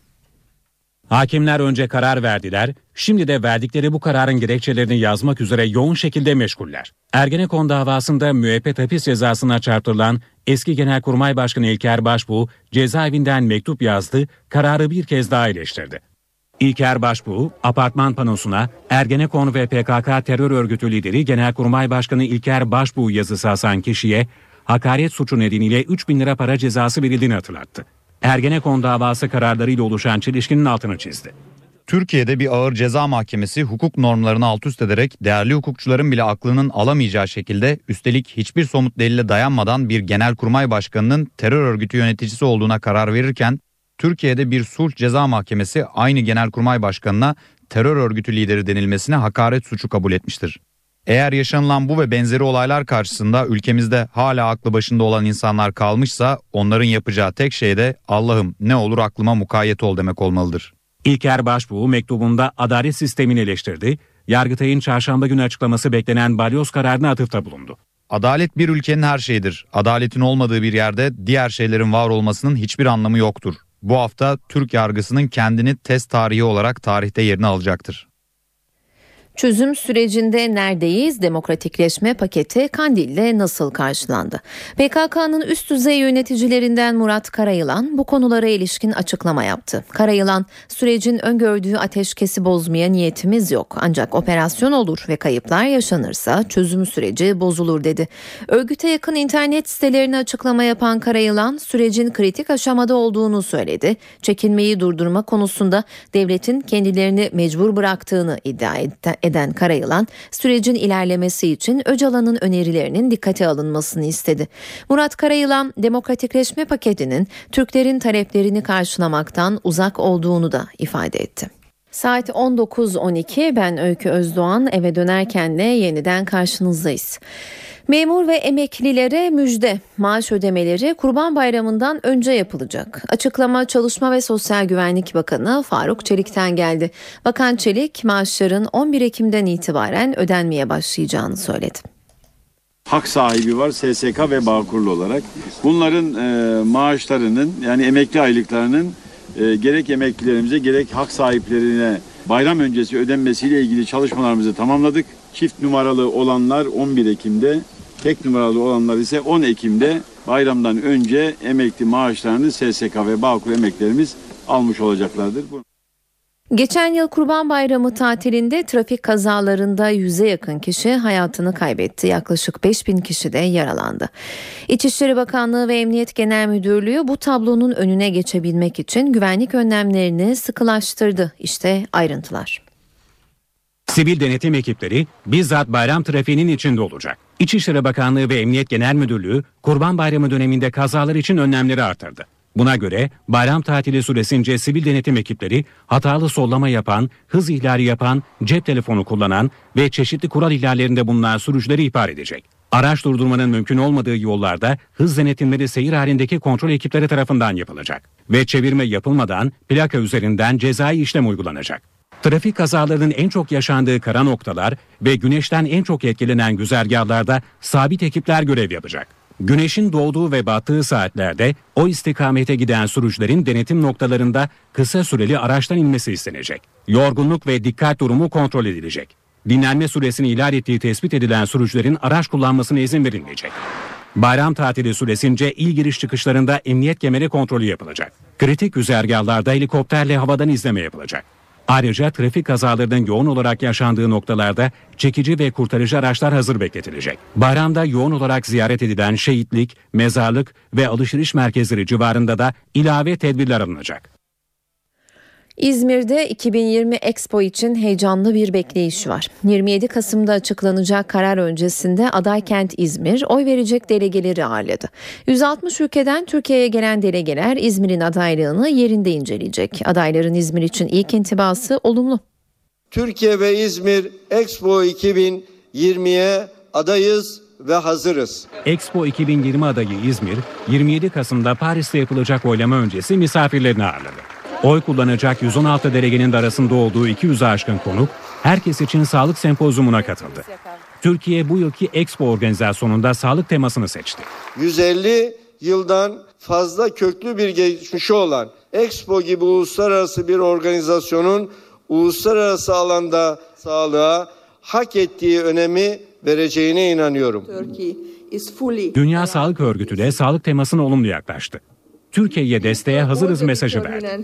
Hakimler önce karar verdiler, şimdi de verdikleri bu kararın gerekçelerini yazmak üzere yoğun şekilde meşguller. Ergenekon davasında müebbet hapis cezasına çarptırılan eski Genelkurmay Başkanı İlker Başbuğ cezaevinden mektup yazdı, kararı bir kez daha eleştirdi. İlker Başbuğ, apartman panosuna Ergenekon ve P K K terör örgütü lideri Genelkurmay Başkanı İlker Başbuğ yazısı asan kişiye hakaret suçu nedeniyle üç bin lira para cezası verildiğini hatırlattı. Ergenekon davası kararlarıyla oluşan çelişkinin altını çizdi. Türkiye'de bir ağır ceza mahkemesi hukuk normlarını alt üst ederek değerli hukukçuların bile aklının alamayacağı şekilde, üstelik hiçbir somut delile dayanmadan bir genelkurmay başkanının terör örgütü yöneticisi olduğuna karar verirken, Türkiye'de bir sulh ceza mahkemesi aynı genelkurmay başkanına terör örgütü lideri denilmesine hakaret suçu kabul etmiştir. Eğer yaşanılan bu ve benzeri olaylar karşısında ülkemizde hala aklı başında olan insanlar kalmışsa, onların yapacağı tek şey de Allah'ım ne olur aklıma mukayyet ol demek olmalıdır. İlker Başbuğ mektubunda adalet sistemini eleştirdi, Yargıtay'ın çarşamba günü açıklaması beklenen balyoz kararına atıfta bulundu. Adalet bir ülkenin her şeyidir. Adaletin olmadığı bir yerde diğer şeylerin var olmasının hiçbir anlamı yoktur. Bu hafta Türk yargısının kendini test tarihi olarak tarihte yerini alacaktır. Çözüm sürecinde neredeyiz? Demokratikleşme paketi Kandil'de nasıl karşılandı? P K K'nın üst düzey yöneticilerinden Murat Karayılan bu konulara ilişkin açıklama yaptı. Karayılan, sürecin öngördüğü ateşkesi bozmaya niyetimiz yok. Ancak operasyon olur ve kayıplar yaşanırsa çözüm süreci bozulur dedi. Örgüte yakın internet sitelerine açıklama yapan Karayılan, sürecin kritik aşamada olduğunu söyledi. Çekilmeyi durdurma konusunda devletin kendilerini mecbur bıraktığını iddia etti. eden Karayılan, sürecin ilerlemesi için Öcalan'ın önerilerinin dikkate alınmasını istedi. Murat Karayılan, demokratikleşme paketinin Türklerin taleplerini karşılamaktan uzak olduğunu da ifade etti. Saat on dokuz on iki, ben Öykü Özdoğan, eve dönerken de yeniden karşınızdayız. Memur ve emeklilere müjde. Maaş ödemeleri Kurban Bayramı'ndan önce yapılacak. Açıklama Çalışma ve Sosyal Güvenlik Bakanı Faruk Çelik'ten geldi. Bakan Çelik, maaşların on bir Ekim'den itibaren ödenmeye başlayacağını söyledi. Hak sahibi var S S K ve Bağkurlu olarak. Bunların e, maaşlarının, yani emekli aylıklarının e, gerek emeklilerimize gerek hak sahiplerine bayram öncesi ödenmesiyle ilgili çalışmalarımızı tamamladık. Çift numaralı olanlar on bir Ekim'de, tek numaralı olanlar ise on Ekim'de bayramdan önce emekli maaşlarını S S K ve Bağkur emeklerimiz almış olacaklardır. Geçen yıl Kurban Bayramı tatilinde trafik kazalarında yüze yakın kişi hayatını kaybetti. Yaklaşık beş bin kişi de yaralandı. İçişleri Bakanlığı ve Emniyet Genel Müdürlüğü bu tablonun önüne geçebilmek için güvenlik önlemlerini sıkılaştırdı. İşte ayrıntılar. Sivil denetim ekipleri bizzat bayram trafiğinin içinde olacak. İçişleri Bakanlığı ve Emniyet Genel Müdürlüğü Kurban Bayramı döneminde kazalar için önlemleri artırdı. Buna göre bayram tatili süresince sivil denetim ekipleri hatalı sollama yapan, hız ihlali yapan, cep telefonu kullanan ve çeşitli kural ihlallerinde bulunan sürücüleri ihbar edecek. Araç durdurmanın mümkün olmadığı yollarda hız denetimleri seyir halindeki kontrol ekipleri tarafından yapılacak ve çevirme yapılmadan plaka üzerinden cezai işlem uygulanacak. Trafik kazalarının en çok yaşandığı kara noktalar ve güneşten en çok etkilenen güzergahlarda sabit ekipler görev yapacak. Güneşin doğduğu ve battığı saatlerde o istikamete giden sürücülerin denetim noktalarında kısa süreli araçtan inmesi istenecek. Yorgunluk ve dikkat durumu kontrol edilecek. Dinlenme süresini ihlal ettiği tespit edilen sürücülerin araç kullanmasına izin verilmeyecek. Bayram tatili süresince il giriş çıkışlarında emniyet kemeri kontrolü yapılacak. Kritik güzergahlarda helikopterle havadan izleme yapılacak. Ayrıca trafik kazalarının yoğun olarak yaşandığı noktalarda çekici ve kurtarıcı araçlar hazır bekletilecek. Bayramda yoğun olarak ziyaret edilen şehitlik, mezarlık ve alışveriş merkezleri civarında da ilave tedbirler alınacak. İzmir'de iki bin yirmi Expo için heyecanlı bir bekleyiş var. yirmi yedi Kasım'da açıklanacak karar öncesinde aday kent İzmir oy verecek delegeleri ağırladı. yüz altmış ülkeden Türkiye'ye gelen delegeler İzmir'in adaylığını yerinde inceleyecek. Adayların İzmir için ilk intibası olumlu. Türkiye ve İzmir Expo iki bin yirmiye adayız ve hazırız. Expo iki bin yirmi adayı İzmir, yirmi yedi Kasım'da Paris'te yapılacak oylama öncesi misafirlerini ağırladı. Oy kullanacak yüz on altı delegenin de arasında olduğu iki yüze aşkın konuk, herkes için sağlık sempozyumuna katıldı. Türkiye bu yılki Expo organizasyonunda sağlık temasını seçti. yüz elli yıldan fazla köklü bir geçmişi olan Expo gibi uluslararası bir organizasyonun uluslararası alanda sağlığa hak ettiği önemi vereceğine inanıyorum. Dünya Sağlık Örgütü de sağlık temasına olumlu yaklaştı. Türkiye'ye desteğe hazırız mesajı verdi.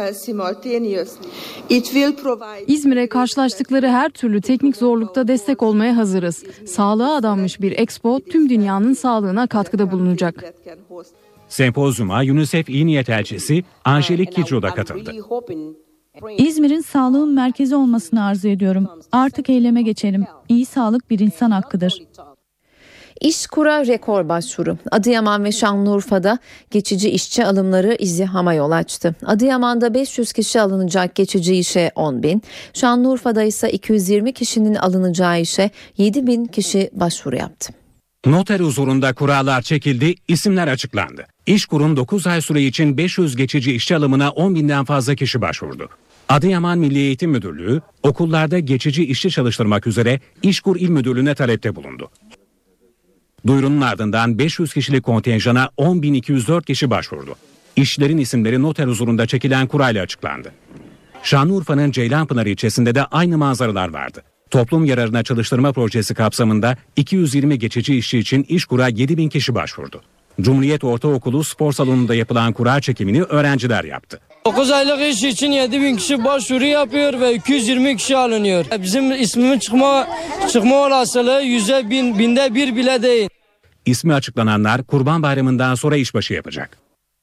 İzmir'e karşılaştıkları her türlü teknik zorlukta destek olmaya hazırız. Sağlığa adanmış bir Expo tüm dünyanın sağlığına katkıda bulunacak. Sempozyuma UNICEF İyi Niyet Elçisi Angelik Kidjo da katıldı. İzmir'in sağlığın merkezi olmasını arzu ediyorum. Artık eyleme geçelim. İyi sağlık bir insan hakkıdır. İşkur'a rekor başvuru. Adıyaman ve Şanlıurfa'da geçici işçi alımları izdihama yol açtı. Adıyaman'da beş yüz kişi alınacak geçici işe on bin, Şanlıurfa'da ise iki yüz yirmi kişinin alınacağı işe yedi bin kişi başvuru yaptı. Noter huzurunda kurallar çekildi, isimler açıklandı. İşkur'un dokuz ay süre için beş yüz geçici işçi alımına on binden fazla kişi başvurdu. Adıyaman Milli Eğitim Müdürlüğü okullarda geçici işçi çalıştırmak üzere İşkur İl Müdürlüğü'ne talepte bulundu. Duyurunun ardından beş yüz kişilik kontenjana on bin iki yüz dört kişi başvurdu. İşçilerin isimleri noter huzurunda çekilen kurayla açıklandı. Şanlıurfa'nın Ceylanpınar ilçesinde de aynı manzaralar vardı. Toplum yararına çalıştırma projesi kapsamında iki yüz yirmi geçici işçi için İşkur'a yedi bin kişi başvurdu. Cumhuriyet Ortaokulu spor salonunda yapılan kura çekimini öğrenciler yaptı. dokuz aylık iş için yedi bin kişi başvuru yapıyor ve iki yüz yirmi kişi alınıyor. Bizim ismimin çıkma çıkma olasılığı yüzde bin, binde bir bile değil. İsmi açıklananlar Kurban Bayramı'ndan sonra işbaşı yapacak.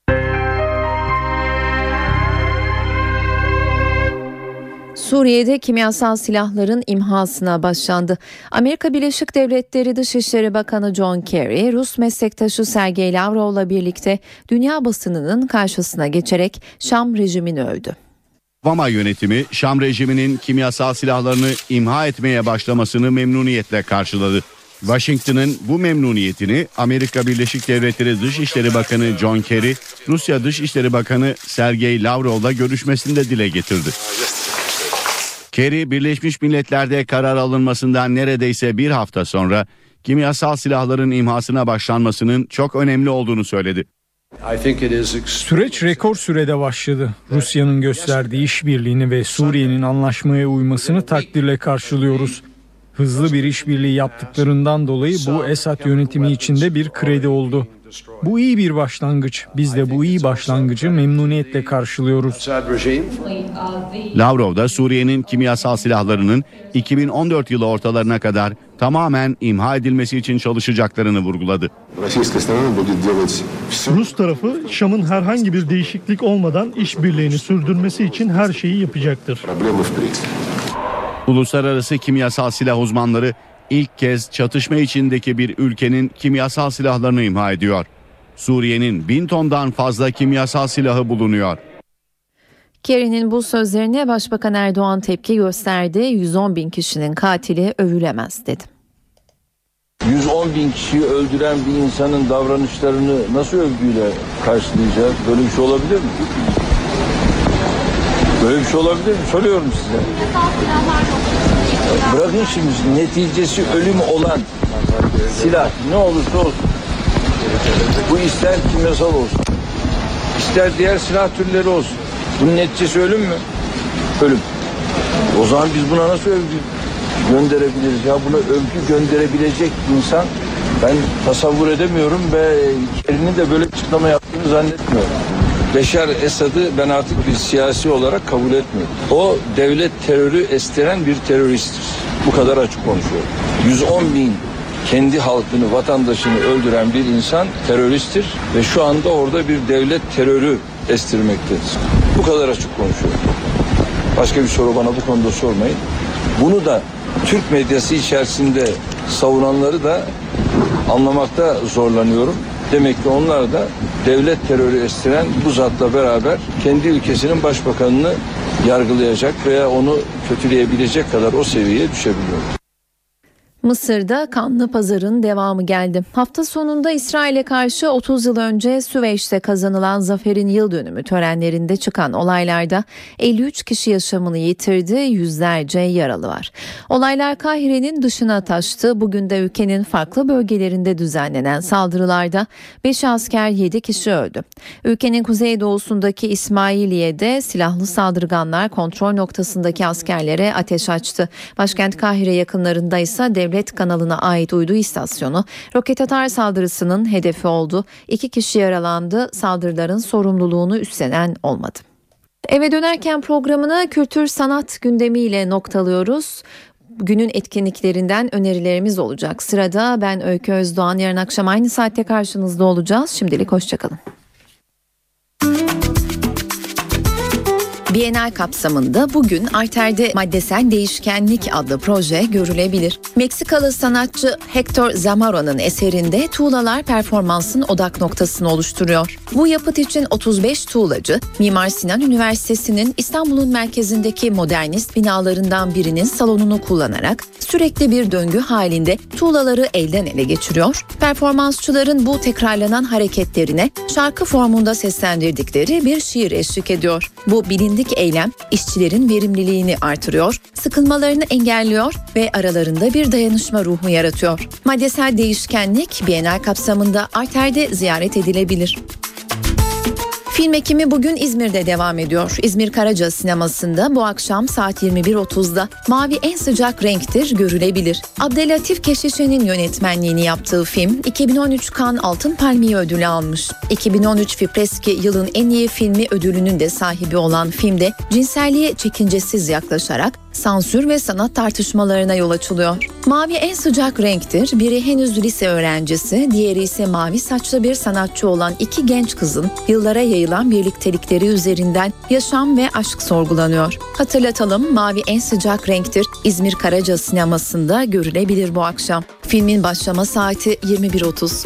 Suriye'de kimyasal silahların imhasına başlandı. Amerika Birleşik Devletleri Dışişleri Bakanı John Kerry, Rus meslektaşı Sergey Lavrov'la birlikte dünya basınının karşısına geçerek Şam rejimini övdü. Obama yönetimi Şam rejiminin kimyasal silahlarını imha etmeye başlamasını memnuniyetle karşıladı. Washington'ın bu memnuniyetini Amerika Birleşik Devletleri Dışişleri Bakanı John Kerry, Rusya Dışişleri Bakanı Sergey Lavrov'la görüşmesinde dile getirdi. Kerry, Birleşmiş Milletler'de karar alınmasından neredeyse bir hafta sonra kimyasal silahların imhasına başlanmasının çok önemli olduğunu söyledi. Süreç rekor sürede başladı. Rusya'nın gösterdiği işbirliğini ve Suriye'nin anlaşmaya uymasını takdirle karşılıyoruz. Hızlı bir işbirliği yaptıklarından dolayı bu Esad yönetimi içinde bir kredi oldu. Bu iyi bir başlangıç. Biz de bu iyi başlangıcı memnuniyetle karşılıyoruz. Lavrov da Suriye'nin kimyasal silahlarının iki bin on dört yılı ortalarına kadar tamamen imha edilmesi için çalışacaklarını vurguladı. Rus tarafı Şam'ın herhangi bir değişiklik olmadan işbirliğini sürdürmesi için her şeyi yapacaktır. Uluslararası kimyasal silah uzmanları ilk kez çatışma içindeki bir ülkenin kimyasal silahlarını imha ediyor. Suriye'nin bin tondan fazla kimyasal silahı bulunuyor. Kerry'nin bu sözlerine Başbakan Erdoğan tepki gösterdi. yüz on bin kişinin katili övülemez dedi. yüz on bin kişiyi öldüren bir insanın davranışlarını nasıl övgüyle karşılayacağız? Böyle bir şey olabilir mi? Böyle bir şey olabilir mi? Soruyorum size. Bırakın şimdi neticesi ölüm olan silah ne olursa olsun. Bu ister kimyasal olsun, ister diğer silah türleri olsun. Bunun neticesi ölüm mü? Ölüm. O zaman biz buna nasıl övgü gönderebiliriz? Ya buna övgü gönderebilecek insan ben tasavvur edemiyorum ve Kerry'nin de böyle açıklama yaptığını zannetmiyorum. Beşar Esad'ı ben artık bir siyasi olarak kabul etmiyorum. O devlet terörü estiren bir teröristtir. Bu kadar açık konuşuyorum. yüz on bin kendi halkını, vatandaşını öldüren bir insan teröristtir ve şu anda orada bir devlet terörü estirmektedir. Bu kadar açık konuşuyorum. Başka bir soru bana bu konuda sormayın. Bunu da Türk medyası içerisinde savunanları da anlamakta zorlanıyorum. Demek ki onlar da devlet terörü estiren bu zatla beraber kendi ülkesinin başbakanını yargılayacak veya onu kötüleyebilecek kadar o seviyeye düşebiliyor. Mısır'da kanlı pazarın devamı geldi. Hafta sonunda İsrail'e karşı otuz yıl önce Süveyş'te kazanılan zaferin yıl dönümü törenlerinde çıkan olaylarda elli üç kişi yaşamını yitirdi, yüzlerce yaralı var. Olaylar Kahire'nin dışına taştı. Bugün de ülkenin farklı bölgelerinde düzenlenen saldırılarda beş asker yedi kişi öldü. Ülkenin kuzeydoğusundaki İsmailiye'de silahlı saldırganlar kontrol noktasındaki askerlere ateş açtı. Başkent Kahire yakınlarında ise devlet Devlet kanalına ait uydu istasyonu roket atar saldırısının hedefi oldu. İki kişi yaralandı. Saldırıların sorumluluğunu üstlenen olmadı. Eve dönerken programını kültür sanat gündemiyle noktalıyoruz. Günün etkinliklerinden önerilerimiz olacak. Sırada ben Öykü Özdoğan. Yarın akşam aynı saatte karşınızda olacağız. Şimdilik hoşçakalın. Bienal kapsamında bugün Arter'de Maddesel Değişkenlik adlı proje görülebilir. Meksikalı sanatçı Hector Zamaro'nun eserinde tuğlalar performansın odak noktasını oluşturuyor. Bu yapıt için otuz beş tuğlacı, Mimar Sinan Üniversitesi'nin İstanbul'un merkezindeki modernist binalarından birinin salonunu kullanarak sürekli bir döngü halinde tuğlaları elden ele geçiriyor. Performansçıların bu tekrarlanan hareketlerine şarkı formunda seslendirdikleri bir şiir eşlik ediyor. Bu bilindik eylem işçilerin verimliliğini artırıyor, sıkılmalarını engelliyor ve aralarında bir dayanışma ruhu yaratıyor. Maddesel değişkenlik Bienal kapsamında Arter'de ziyaret edilebilir. Film ekimi bugün İzmir'de devam ediyor. İzmir Karaca Sineması'nda bu akşam saat yirmi bir otuzda Mavi En Sıcak Renktir görülebilir. Abdelatif Keşişe'nin yönetmenliğini yaptığı film iki bin on üç Cannes Altın Palmiye ödülü almış. iki bin on üç Fipreski yılın en iyi filmi ödülünün de sahibi olan filmde cinselliğe çekincesiz yaklaşarak sansür ve sanat tartışmalarına yol açılıyor. Mavi en sıcak renktir. Biri henüz lise öğrencisi, diğeri ise mavi saçlı bir sanatçı olan iki genç kızın yıllara yayılan birliktelikleri üzerinden yaşam ve aşk sorgulanıyor. Hatırlatalım, Mavi en sıcak renktir. İzmir Karaca Sineması'nda görülebilir bu akşam. Filmin başlama saati yirmi bir otuz.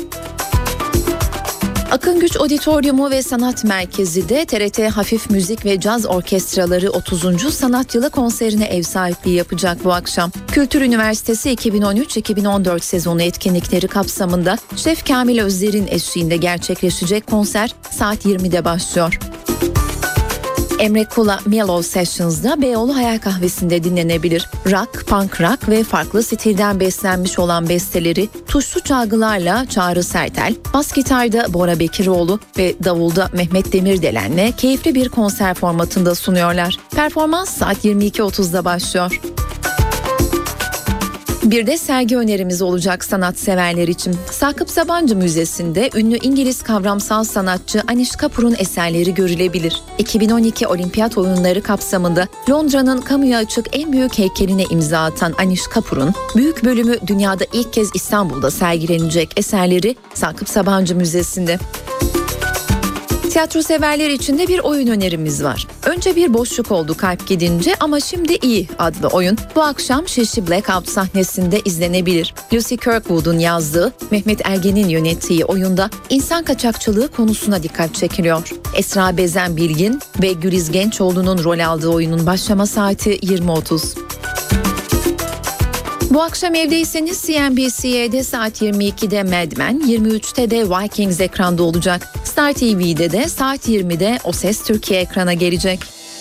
Akın Güç Auditoriumu ve Sanat Merkezi de T R T Hafif Müzik ve Caz Orkestraları otuzuncu Sanat Yılı konserine ev sahipliği yapacak bu akşam. Kültür Üniversitesi iki bin on üç iki bin on dört sezonu etkinlikleri kapsamında Şef Kamil Özler'in eşliğinde gerçekleşecek konser saat yirmide başlıyor. Emre Kula Mellow Sessions'da Beyoğlu Hayal Kahvesi'nde dinlenebilir. Rock, punk rock ve farklı stilden beslenmiş olan besteleri tuşlu çalgılarla Çağrı Sertel, bas gitarda Bora Bekiroğlu ve davulda Mehmet Demirdelen'le keyifli bir konser formatında sunuyorlar. Performans saat yirmi iki otuzda başlıyor. Bir de sergi önerimiz olacak sanatseverler için. Sakıp Sabancı Müzesi'nde ünlü İngiliz kavramsal sanatçı Anish Kapoor'un eserleri görülebilir. iki bin on iki Olimpiyat Oyunları kapsamında Londra'nın kamuya açık en büyük heykeline imza atan Anish Kapoor'un büyük bölümü dünyada ilk kez İstanbul'da sergilenecek eserleri Sakıp Sabancı Müzesi'nde. Tiyatro severler için de bir oyun önerimiz var. Önce bir boşluk oldu kalp gidince ama şimdi iyi adlı oyun bu akşam Şişli Blackout sahnesinde izlenebilir. Lucy Kirkwood'un yazdığı, Mehmet Ergen'in yönettiği oyunda insan kaçakçılığı konusuna dikkat çekiliyor. Esra Bezen Bilgin ve Güliz Gençoğlu'nun rol aldığı oyunun başlama saati yirmi otuz. Bu akşam evdeyseniz C N B C'de saat yirmi ikide Mad Men, yirmi üçte de Vikings ekranda olacak. Star T V'de de saat yirmide O Ses Türkiye ekrana gelecek.